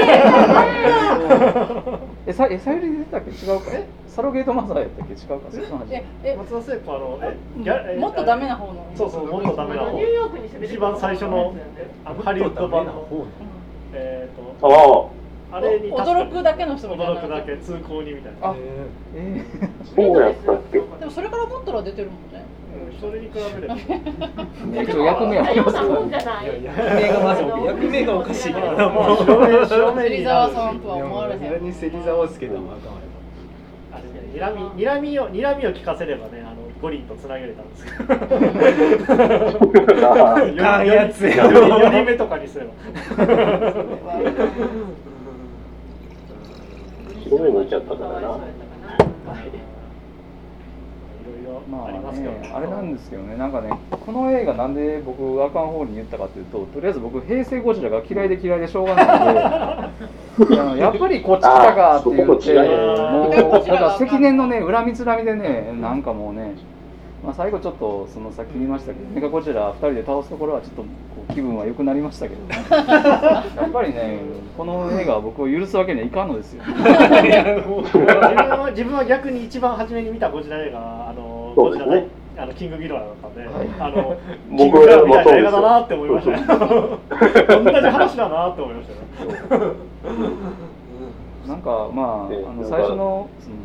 え、さ、え、さゆり出たっけ、違うか。え、サロゲートマザーやったっけ、違うか。 え、え、 松田聖子あのえ、もっとダメな方の。 そうそう、もっとダメな方。 ニューヨークに一番最初のあのハリウッド版の。えっと。あれに驚くだけの人みたいな。 驚くだけ通行にみたいな。 あ、ええ。そうやったっけ。 でもそれからもっとら出てるもんね。 それに比べれば。 役名はありますよ。役名がまず役名がおかしいから。 もう芹沢さんとは思われへん。 何に芹沢をつけたのかわかんない。 あれね、にらみ、にらみを、にらみを聞かせればね、あの五輪とつなげれたんですけど。 あやつや。 より目とかにすれば。 白目向いちゃったからな。 まあね、あれなんですけどね、なんかね、この映画なんで僕あかん方に言ったかというと、とりあえず僕平成ゴジラが嫌いで嫌いでしょうがないので、あのやっぱりこっち来たかって言って、もうだから積年のね恨みつらみでね、なんかもうね、まあ最後ちょっとそのさっき言いましたけど、メカゴジラふたりで倒すところはちょっとこう気分は良くなりましたけど、ね、やっぱりね、この映画は僕を許すわけにはいかんのですよ。 自分は自分は逆に一番初めに見たゴジラ映画あの。ゴジラね、あのキングギドラだったんで、はい、あのキングギドラみたいな映画だなって思いましたね。同じ話だなって思いましたね。 なんかまあ、あの最初の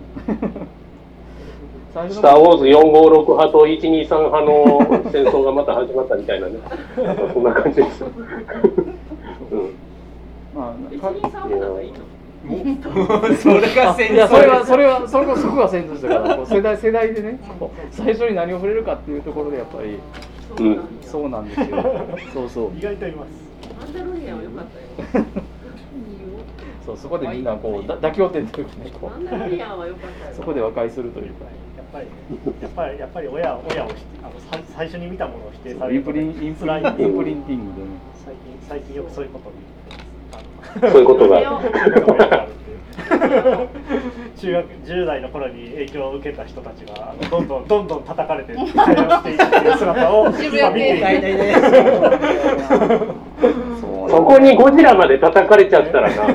スター・ウォーズよんごろく派といちにさん派の戦争がまた始まったみたいなね。そんな感じです。うん、 まあいちにさん派がいいの。 それが戦争。 いやそれはそれはそれこそこが戦争だから、こう世代世代でね、最初に何を触れるかっていうところでやっぱり、うん、そうなんですよ。そうそう。 意外といます。 マンダロリアンは良かったよ。 そうそこでみんなこう妥協点というかね、こう。 マンダロリアンは良かったよ。 そこで和解するというか。 やっぱりやっぱりやっぱり親親をあの最初に見たものを否定される。 インプリンインプリンインプリンティングでね。 最近最近よくそういうことに。 そういうことが中学じゅう代の頃に影響を受けた人たちがどんどんどんどん叩かれて対応していくっていう姿を今見ている。 そこにゴジラまで叩かれちゃったらな。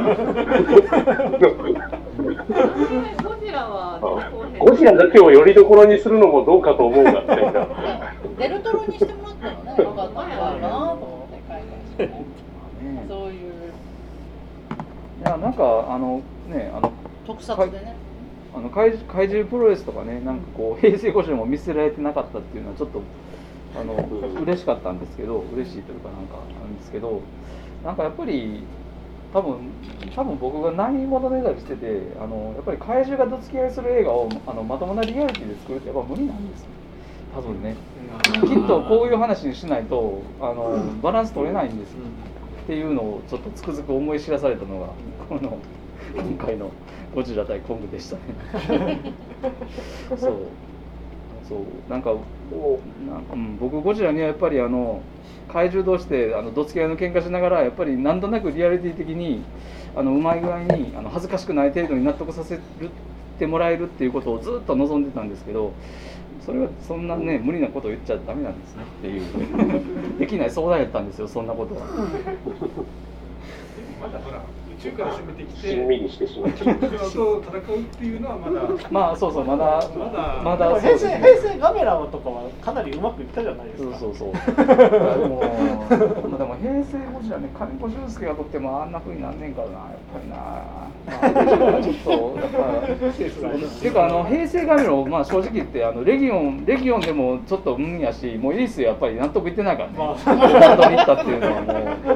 ゴジラだけをよりどころにするのもどうかと思うがみたいな。 デルトロにしてもらったらね、よかったんじゃないかなと思って海外してね。そういう。 いやなんかあのねあの特撮でね。 あの怪獣怪獣プロレスとかね、なんかこう平成ゴジラも見せられてなかったっていうのはちょっとあの嬉しかったんですけど、嬉しいというかなんかなんですけど、なんかやっぱり多分多分僕が何者ねだりしてて、あのやっぱり怪獣がどつき合いする映画をあのまともなリアリティで作るってやっぱ無理なんですよ。多分ね。きっとこういう話にしないとあのバランス取れないんですよ。っていうのをちょっとつくづく思い知らされたのがこの今回のゴジラ対コングでしたね。そうそうなんかなんか、うん、僕ゴジラにはやっぱりあの怪獣同士であのどつき合いの喧嘩しながらやっぱりなんとなくリアリティ的にあのうまい具合にあの恥ずかしくない程度に納得させてもらえるっていうことをずっと望んでたんですけど、それはそんなね無理なことを言っちゃダメなんですねっていうできない相談やったんですよ、そんなことは。 まだほら宇中から攻めてきてしんみりしてしまう。 キングギドラと戦うっていうのはまだまあそうそうまだまだまだ平成平成ガメラとかはかなりうまくいったじゃないですか。 そうそうそう。でもでも平成ゴジラね金子俊介がとってもあんな風になんねんからなやっぱりな。まあ、ちょっとやっぱっていうかあの平成ガメラまあ正直言ってあのレギオンレギオンでもちょっとうんやしもういいっすよやっぱり納得いってないからね。まあ、本当に行ったっていうのはもう。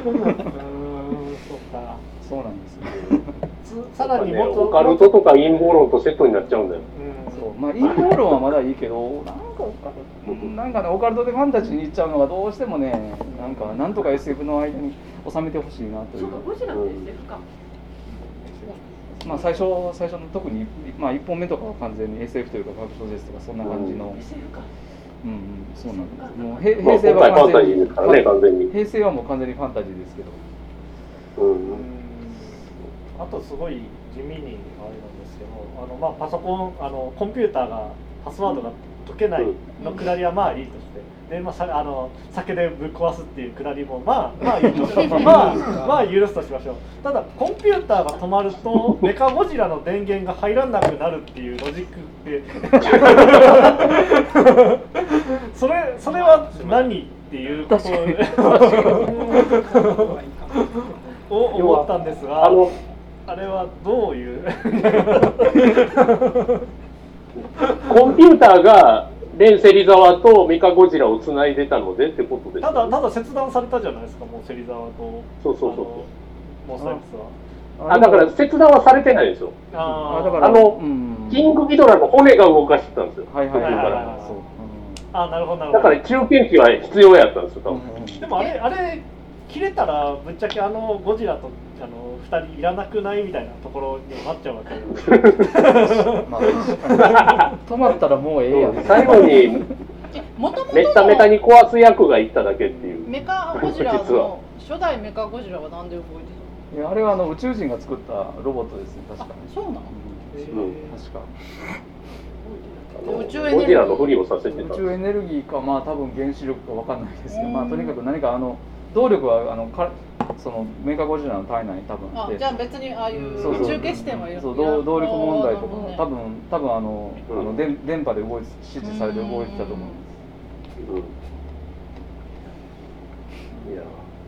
そうなんですよ。 さらにもっとオカルトとか陰謀論とセットになっちゃうんだよ。 うん、そうまあ陰謀論はまだいいけど、なんかオカルトなんかねオカルトでファンタジーに行っちゃうのがどうしてもね、なんかなんとか エスエフ の間に収めてほしいなという。 そうかゴジラって エスエフ か。 まあ最初最初の特にまあ一本目とかは完全に エスエフ というか科学小説とかそんな感じの。 エスエフ か。 うんうん、そうなんです。もう平成は完全に、 まあね、完全に平成はもう完全にファンタジーですけど。 うん。 あとすごい地味にあれなんですけど、あのまあパソコンあのコンピューターがパスワードが解けないのくだりはまあいいとして、でまあさあの酒でぶっ壊すっていうくだりもまあまあいいとして、まあまあ許すとしましょう。ただコンピューターが止まるとメカゴジラの電源が入らなくなるっていうロジックってそれそれは何っていうことを思ったんですが。あれはどういうコンピューターがレン芹沢とメカゴジラをつないでたのでってことです、ね、 ただただ切断されたじゃないですかもう芹沢とそうそうそうモーサイクスはあだから切断はされてないですよ。ああだからあの、うん、キングギドラの骨が動かしてたんですよ。はいはいはいはい。 あなるほどなるほど。 だから中堅機は必要やったんですよ多分、うん、 でもあれあれ切れたらぶっちゃけあのゴジラとあのふたりいらなくないみたいなところになっちゃうわけまあ、止まったらもうええやん。 最後にメッタメタに壊す役がいっただけっていう。 メカゴジラの初代メカゴジラはなんで動いてたの？いやあれはあの宇宙人が作ったロボットですね確かに。 そうなの？ うん、確か。 宇宙エネルギーゴジラのふりをさせてた。 宇宙エネルギーかまあ多分原子力かわかんないですけど、まあとにかく何かあの動力はあのかそのメカゴジラの体内に多分あって、 じゃあ別にああいう宇宙消し点はいる。 そう動動力問題とかも多分多分あの、うん、あの電電波で動いて指示されて動いてたと思います。うん、いや。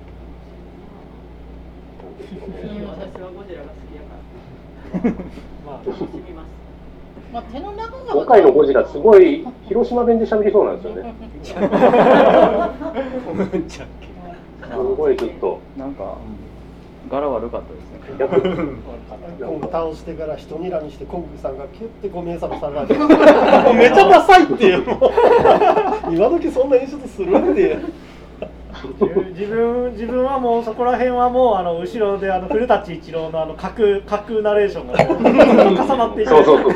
私はゴジラが好きやから。まあ楽しみます。 まあ手の中が今回のゴジラすごい広島弁で喋りそうなんですよね。すごいずっとなんか柄悪かったですね。 コング倒してから人にらみしてコングさんがキュッてご名様さられてめっちゃダサいっていう今時そんな演出するっていう自分自分はもうそこら辺はもうあの後ろであの古舘一郎のあの架空架空ナレーションが重なっていてそうそう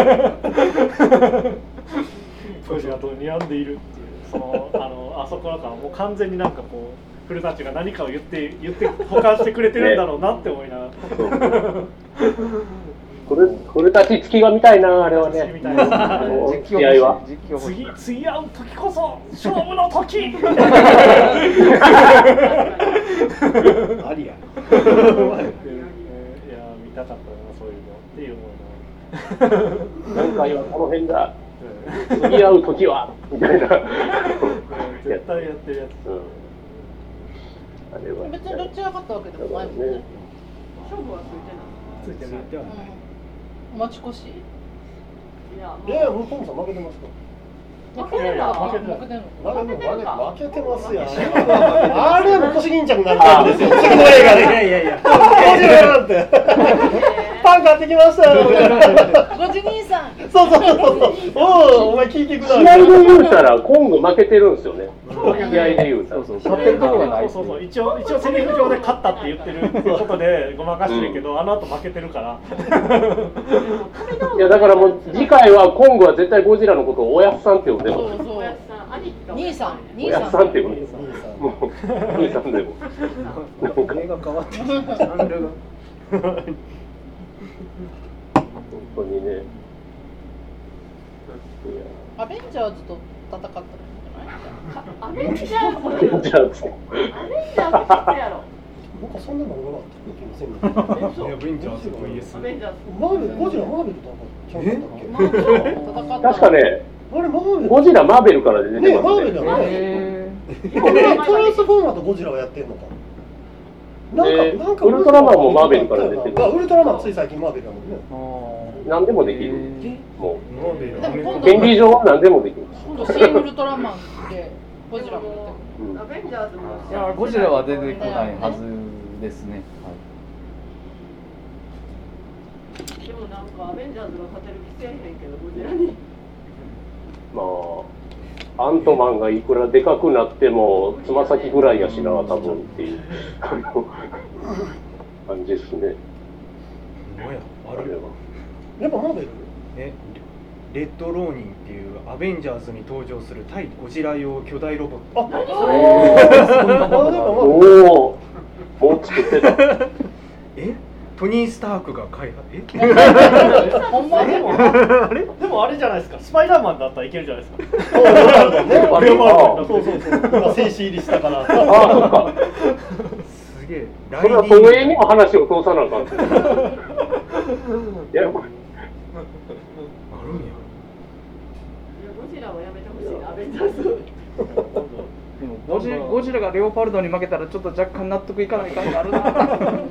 そうゴジラと睨んでいるっていうそのあのあそこらからもう完全になんかこう古舘が何かを言って言って保管してくれてるんだろうなって思いながら。 古舘月が見たいなあれはね。試合は。 次次会う時こそ勝負の時。ありや。いや見たかったなそういうのっていう思いな。今回はこの辺だ。次会う時はみたいな。 絶対やってるやつ。 別にどっちが勝ったわけでもないもんね。 勝負はついてない。 ついてないではない。 持ち越し？ いや、いや、もうトムさん負けてますか？ 負けてる負けてる負けてる負けてますよ。あれも腰巾着になるタイプですよ。次の映画で。いやいやいや。なんて。パン買ってきましたよ。 ごじ兄さん。 そうそうそうそう。おお、お前聞いてください。 試合で言うたらコング負けてるんですよね。試合で言うたら。 そうそう。勝ってるところがない。 そうそう。一応一応セリフ上で勝ったって言ってることでごまかしてるけど、あの後負けてるから。 いやだからもう次回はコングは絶対ゴジラのことをおやっさんって呼んでます。 そうそう。おやっさん、兄兄さん、 兄さん。おやっさんって呼んでます。もう兄さんでも。 映画変わってる。ジャンルが。 本当にね。 アベンジャーズと戦ったらいいんじゃない？ アベンジャーズ。 アベンジャーズ。 アベンジャーズってやろ。 なんかそんなのがあった気がする。 アベンジャーズ ブイエス。 アベンジャーズ。 マーベル、ゴジラマーベルとちゃうかったっけ？ 確かね、 あれマーベル。 ゴジラマーベルから出てますね。 マーベルだね。トランスフォーマーとゴジラはやってんのか。なんかなんかウルトラマンもマーベルから出てる。 ウルトラマンつい最近マーベルだもんね。 何でもできる。もう権利上は何でもできる。 今度新ウルトラマンでゴジラも出てくる。アベンジャーズも。 いやゴジラは出てこないはずですね。 でもなんかアベンジャーズが勝てる気せえへんけどゴジラに。 まあアントマンがいくらでかくなってもつま先ぐらいやしな多分っていう感じですね。 あれは。 やっぱマーベル？ え、レッドローニンっていうアベンジャーズに登場する対ゴジラ用巨大ロボット。 あ、 おお、もう作ってた。 え？トニー・スタークが開発えほんまでもあれでもあれじゃないですか、スパイダーマンだったらいけるじゃないですか。 そうそうそう、今静止入りしたから。 ああ、そっか。 すげえ。 それは東映にも話を通さなあかん。いや、これ。 あるんや。 ゴジラはやめてほしいな、アベンジャーズ。 でもゴジラ、ゴジラがレオパルドに負けたらちょっと若干納得いかない感じあるな。ゴ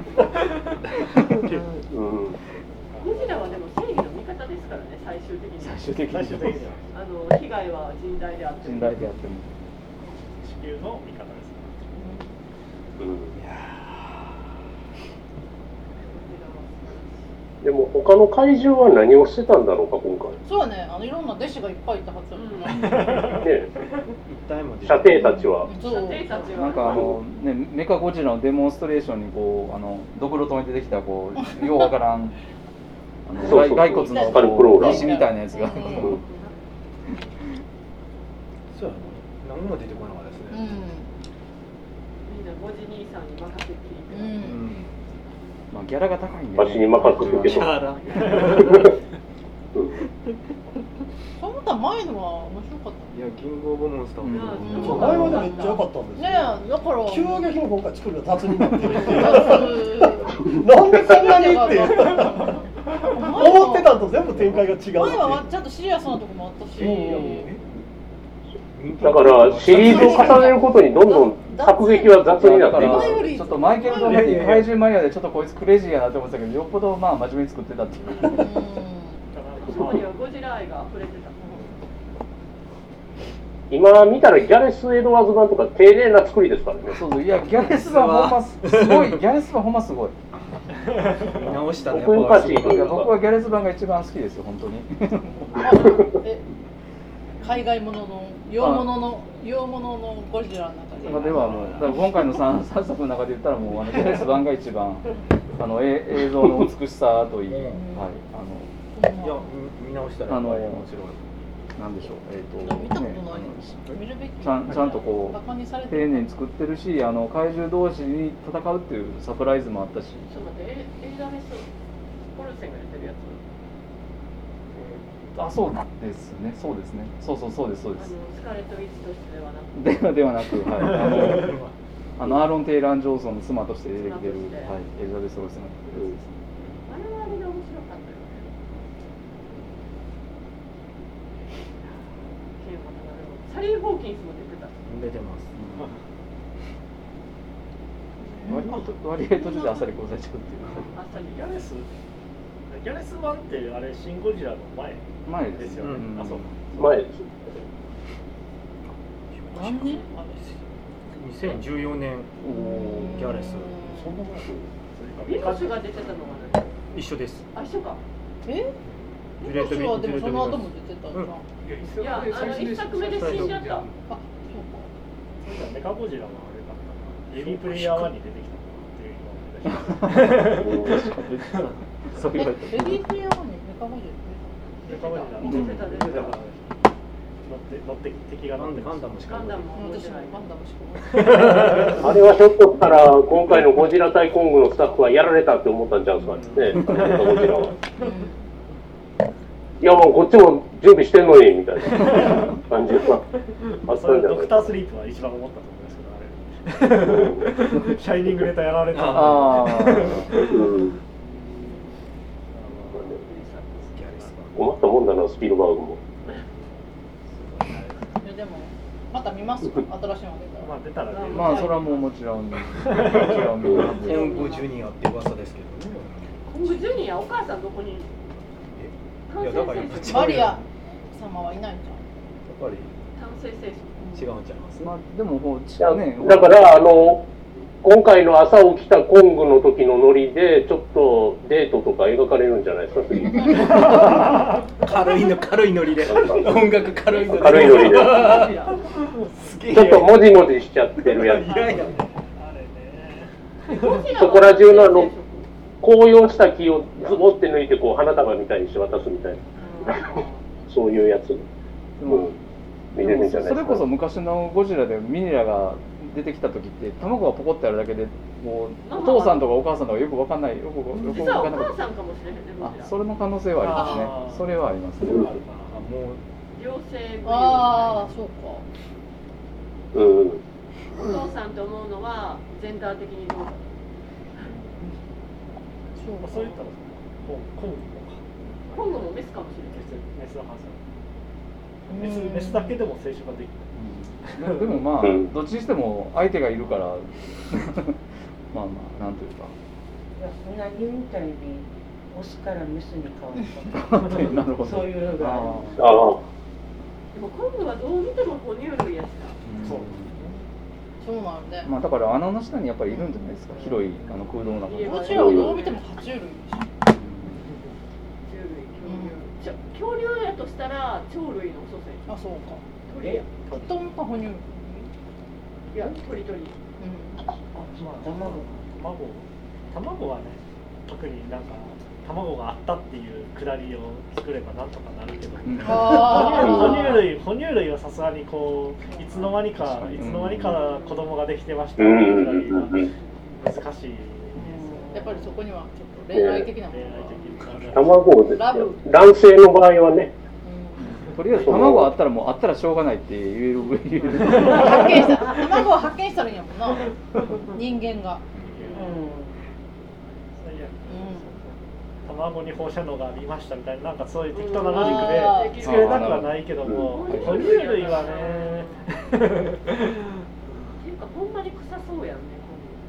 ジラはでも正義の味方ですからね、最終的に。 最終的に。 最終的にあの被害は甚大であっても。 甚大であっても。 地球の味方ですから。 うん。でも他の怪獣は何をしてたんだろうか今回。 そうね、あのいろんな弟子がいっぱいいたはずだもんね。 ね、射程たちは。 なんかあのねメカゴジラのデモンストレーションにこうあのドクロ止めてできたこうようわからんあの骸骨のこう石みたいなやつが。そうやね。 何も出てこなかったですね。 みんなゴジ兄さんに任せていく。 まあギャラが高いんで、 ね。わしに任せるけど。 そう思ったら前のは面白かった。 いや、キングオブモンスターも前までめっちゃ良かったんですよ。 ねえ、だから急激に今回作るの雑になってるっていう。なんでそんなにって思ってたのと全部展開が違う。 前はちゃんとシリアスなとこもあったし。 だからシリーズを重ねることにどんどん作劇は雑になっていく。 ちょっとマイケル・ドメティ怪獣マニアでちょっとこいつクレイジーやなって思ってたけど、よっぽどまあ真面目に作ってたっていう。 そこにはゴジラ愛が溢れてた。 今見たらギャレス・エドワーズ版とか丁寧な作りですからね。 そうそう、いやギャレス版ほんますごい、ギャレス版ほんますごい。 見直したね。 僕はギャレス版が一番好きですよ本当に。 海外ものの洋物の洋物のゴジラの中で。 ではもうだから今回の三作の中で言ったらもうあのギャレス版が一番あの映像の美しさといい、はいあのいや見直したらあの面白い。 なんでしょう、えっと見たことない。見るべき。 ちゃんちゃんとこう丁寧に作ってるし、あの怪獣同士に戦うっていうサプライズもあったし。 ちょっと待って、エリザベス・ポルセンが出てるやつ。 あ、そうですね、そうですね、そうそうそうですそうです。 あのスカーレット・ウィッチとしてではなく。 ではではなく、はい、あのあのアーロン・テイラン・ジョンソンの妻として出てきてる、はい、エリザベス・ロイスのやつです。 あれはあれで面白かったよね。サリー・ホーキンスも出てた。 出てます。 割合途中であっさり殺されちゃうっていう。 あっさりギャレス。ギャレス版ってあれシンゴジラの前前ですよね。あ、そう。 前です。 何年？ にせんじゅうよねんギャレス。 そんな前。 ビカシュが出てたのはね。 一緒です。 あ、一緒か。 え？ビカシュはでもその後も出てたじゃん。 いや、あの一作目で死んじゃった。あ、そうか。 メカゴジラはあれだった。レディープレイヤーワンに出てきたっていうの。 そういう。 レディープレイヤーワンにメカゴジラ。メカゴジラ。 出てた出てた。 乗って乗って敵が乗ってガンダムしか。 ガンダムも私もガンダムしか。 あれはひょっとしたら今回のゴジラ対コングのスタッフはやられたって思ったんちゃうんですかね。ゴジラは。いやもうこっちも準備してんのにみたいな感じがあったんじゃない。 ドクタースリープは一番思ったと思いますシャイニングネタやられた。 ああ。困ったもんだな、スピルバーグも。 でもまた見ますか、新しいの出たら。 まあ出たらね。 まあそれはもうもちろん。もちろん。 コングジュニアって噂ですけどね。 コングジュニア、お母さんどこにいる？ いやだからマリア様はいないんじゃん。 やっぱり単性精神。 違うんちゃいます。 まあでもこうね。 だからあの今回の朝起きたコングの時のノリでちょっとデートとか描かれるんじゃないですか。 軽いの軽いノリで音楽軽いノリで軽いノリでちょっともじもじしちゃってるやつ。そこら中のあの紅葉した木をズボって抜いてこう花束みたいにして渡すみたいなそういうやつ、うん、見れるんじゃないですか。 それこそ昔のゴジラでミニラが出てきた時って卵がポコってあるだけでもうお父さんとかお母さんとかよく分かんないよくよく分かんなかった。 かもしれへんね。 あ、それの可能性はありますね。それはありますね。もう両性分。 ああ、そうか。 うん。 お父さんと思うのはジェンダー的にどうだ。 そうそう言ったらコングコングもメスかもしれない。 メスのはず。メスメスだけでも生殖ができる。 でもまあ、どっちにしても相手がいるからまあまあなんというか。 いやそんなにみたいにオスからメスに変わった。 なるほど。 そういうのがある。 ああ。 でもコングはどう見ても哺乳類やしな。 そう。 そうなんで。 まあだから穴の下にやっぱりいるんじゃないですか。広いあの空洞の中に。 もちろんどう見ても爬虫類でしょ。 じゃ恐竜やとしたら鳥類の祖先。 あ、そうか。 鳥や。 トンか哺乳類。 いや、鳥鳥。うん。 あ、まあ卵卵卵はね、特になんか卵があったっていうくだりを作ればなんとかなるけど、うん、哺乳類哺乳類はさすがにこういつの間にかいつの間にか子供ができてましたっていうくだりが難しい。 やっぱりそこにはちょっと恋愛的なものが。 卵ですよ。卵性の場合はね。 とりあえず卵あったらもうあったらしょうがないって言える言える。 発見した卵を発見したらいいんやもんな。人間が。 卵に放射能がありましたみたいななんかそういう適当なロジックで作れなくはないけども、哺乳類はね。 っていうかほんまに臭そうやんね。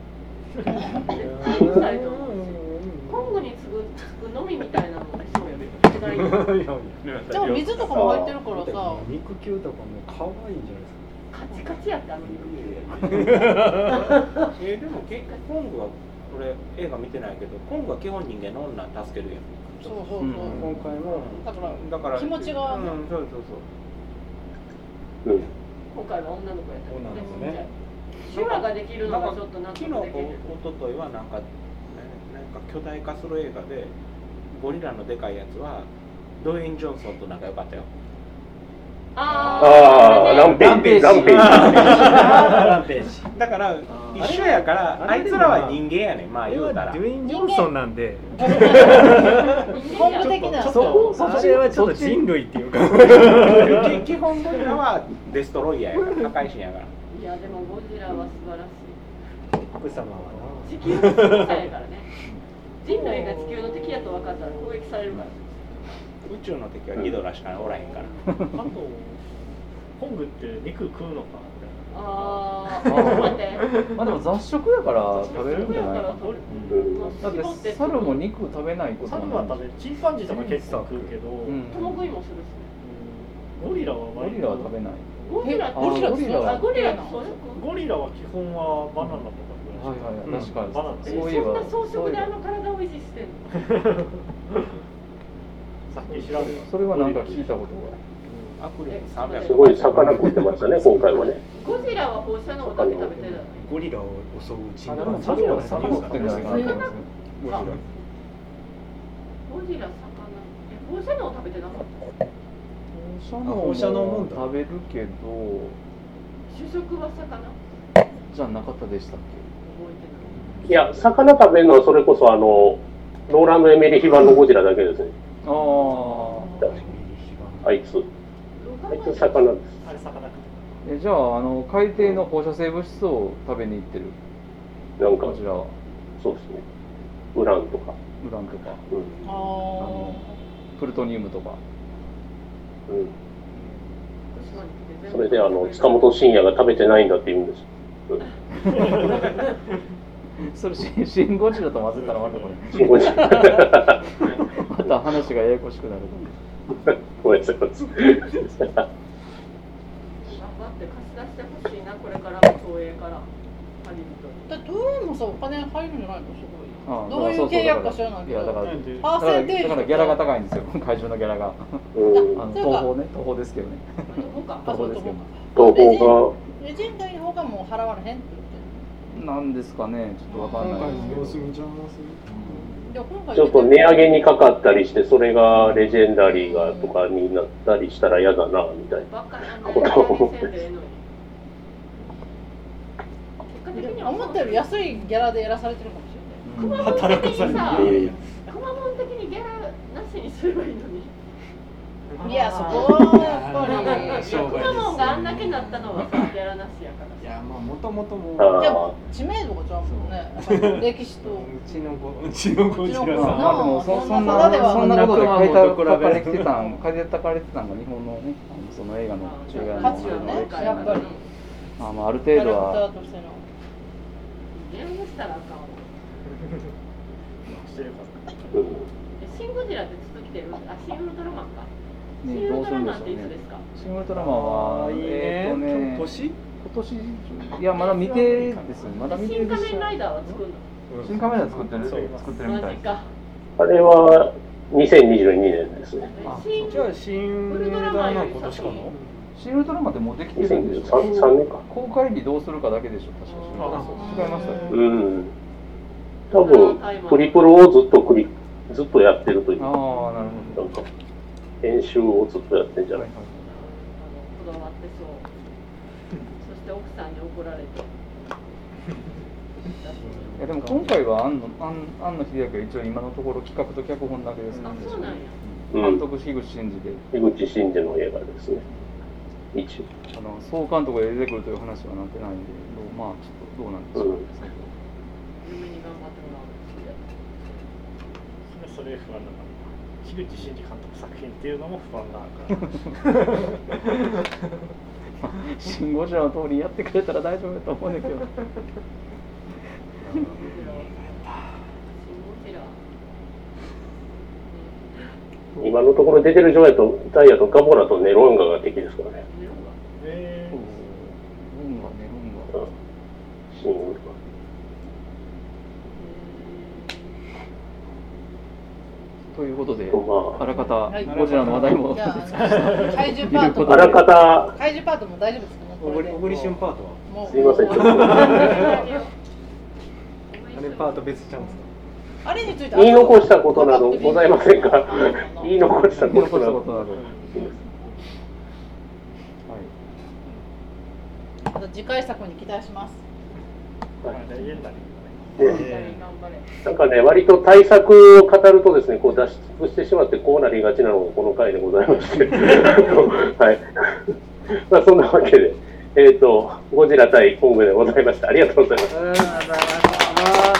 コングに次ぐつくのみみたいなのがそうやね。 でも水とかも入ってるからさ。 肉球とかも可愛いんじゃないですか。 カチカチやったあの肉球。えでも結構コングは俺映画見てないけど、コングは基本人間の女助けるやん。 そうそうそう。 今回もだからだから気持ちが。 うんそうそうそう。 うん。 今回は女の子やった。 女の子ね。 手話ができるのがちょっとなんか昨日おとといはなんかなんか巨大化する映画でゴリラのでかいやつはドウェイン・ジョンソンと仲良かったよ。 ああ、ランページ、ランページ。 ランページ。だから一緒やからあいつらは人間やねん。まあ言うたら。 ドウェイン・ジョンソンなんで。 本部的な。 そこそれはちょっと人類っていうか。 基本ゴリラはデストロイヤーやから破壊神やから。 いやでもゴジラは素晴らしい。 奥様はな。地球の敵さやからね。人類が地球の敵やと分かったら攻撃されるから。 宇宙の敵はギドラしかおらへんから。 あとコングって肉食うのか。 ああ、待って。 まあでも雑食やから食べるんじゃないかな。だって猿も肉食べないことはない。 猿は食べる。チンパンジーとか結構食うけど。 共食いもするしね。 ゴリラはゴリラは食べない。 ゴリラゴリラゴリラゴリラゴリラは基本はバナナとかぐらい。はいはい確かに。 バナナ。 そういえばそんな装飾であの体を維持してんの。 さっき調べた。 それはなんか聞いたことが。 すごい魚食ってましたね今回はね。 ゴジラは放射能だけ食べてる。 ゴリラを襲うチンパンジー。ゴリラは魚食ってんじゃないかなと思いますね。 ゴジラ。ゴジラ魚。え放射能食べてなかった。 放射能も食べるけど。 主食は魚。 じゃなかったでしたっけ？いや魚食べるのはそれこそあのローランド・エメリヒ版のゴジラだけですね。 ああ。 あいつ。あいつ魚です。 あれ魚。 えじゃあ、あの海底の放射性物質を食べに行ってる。 なんかこちらは。 そうですね。ウランとか。 ウランとか。 うん、 あのプルトニウムとか。 うん。それであの塚本慎也が食べてないんだって言うんです。 それシンゴジラと混ぜたらまたこれ。 シンゴジラ。 また話がややこしくなる。 ごめんなさい。 頑張って貸し出してほしいな、これからも東映からハリウッドに。 だ東映もさお金入るんじゃないのすごい。 ああどういう契約か知らないけど。 いやだからパーセンテージだからギャラが高いんですよ。会場のギャラが。あの東宝ね、東宝ですけどね。 東宝か。 東宝ですけど。 東宝がレジェンダリーの方がもう払われへんって言ってる。 なんですかね、ちょっとわかんない。 様子見ちゃいます。 ちょっと値上げにかかったりして、それがレジェンダリーがとかになったりしたら嫌だなみたいなことを思って。 思ったより安いギャラでやらされてるかもしれない。 働かされてる。くまモン的にギャラなしにすればいいのに。 いや、そこはやっぱりくまモンがあんだけなったのはギャラなしやから。 いや、まあもともともじゃあ知名度がちゃうもんね。歴史と。 うちの子、うちの子じらさん。 まあでもそそんなそんなことで書いた書かれてたん書いてたかれてたんが日本のね、その映画の中外の価値よね。やっぱり。 まあまあある程度は。 ゲームしたらあかんわ。シン・ゴジラってずっと来てる。あ、シン・ウルトラマンか。シン・ウルトラマンっていつですか。 シン・ウルトラマンはえっとね、 今年？ 今年いやまだ未定ですよ。まだ未定です。 新仮面ライダーは作るの？ 新仮面ライダー作ってる作ってるみたいです。 あれはにせんにじゅうにねんですね。 じゃあ新ウルトラマン今年かな？ シン・ウルトラマンってもうできてるんでしょ。 さんねんか。 公開日どうするかだけでしょ。確か違いましたね。 うん。多分プリプルをずっとクリずっとやってるという。 ああ、なるほど。 なんか編集をずっとやってんじゃないか。 こだわってそう。そして奥さんに怒られて。 いやでも今回は庵野庵野秀明は一応今のところ企画と脚本だけですね。 あ、そうなんや。 監督樋口真嗣で。 樋口真嗣の映画ですね。一応。 あの総監督が出てくるという話はなってないんで、まあちょっとどうなんでしょう。 夢に頑張ってもらう。 それ不安だから樋口真嗣監督作品っていうのも不安があるからシン・ゴジラの通りやってくれたら大丈夫だと思うんだけど今のところ出てるジョヤとダイヤとガボラとネロンガが敵ですからね。 えー、 ネロンガネロンガシン・ウルトラということで、 まあ、 あらかたゴジラの話題も怪獣パートあらかた怪獣パートも大丈夫ですかね。 小栗旬パートはすいませんちょっとあれパート別ちゃうんですか。 あれについて言い残したことなどございませんか。言い残したことなど。 はい。 また次回作に期待します。 レジェンダリー。 なんかね、割と対策を語るとですね、こう脱出してしまってこうなりがちなのがこの回でございまして、はい。まあそんなわけで、えっとゴジラ対コングでございました。ありがとうございました。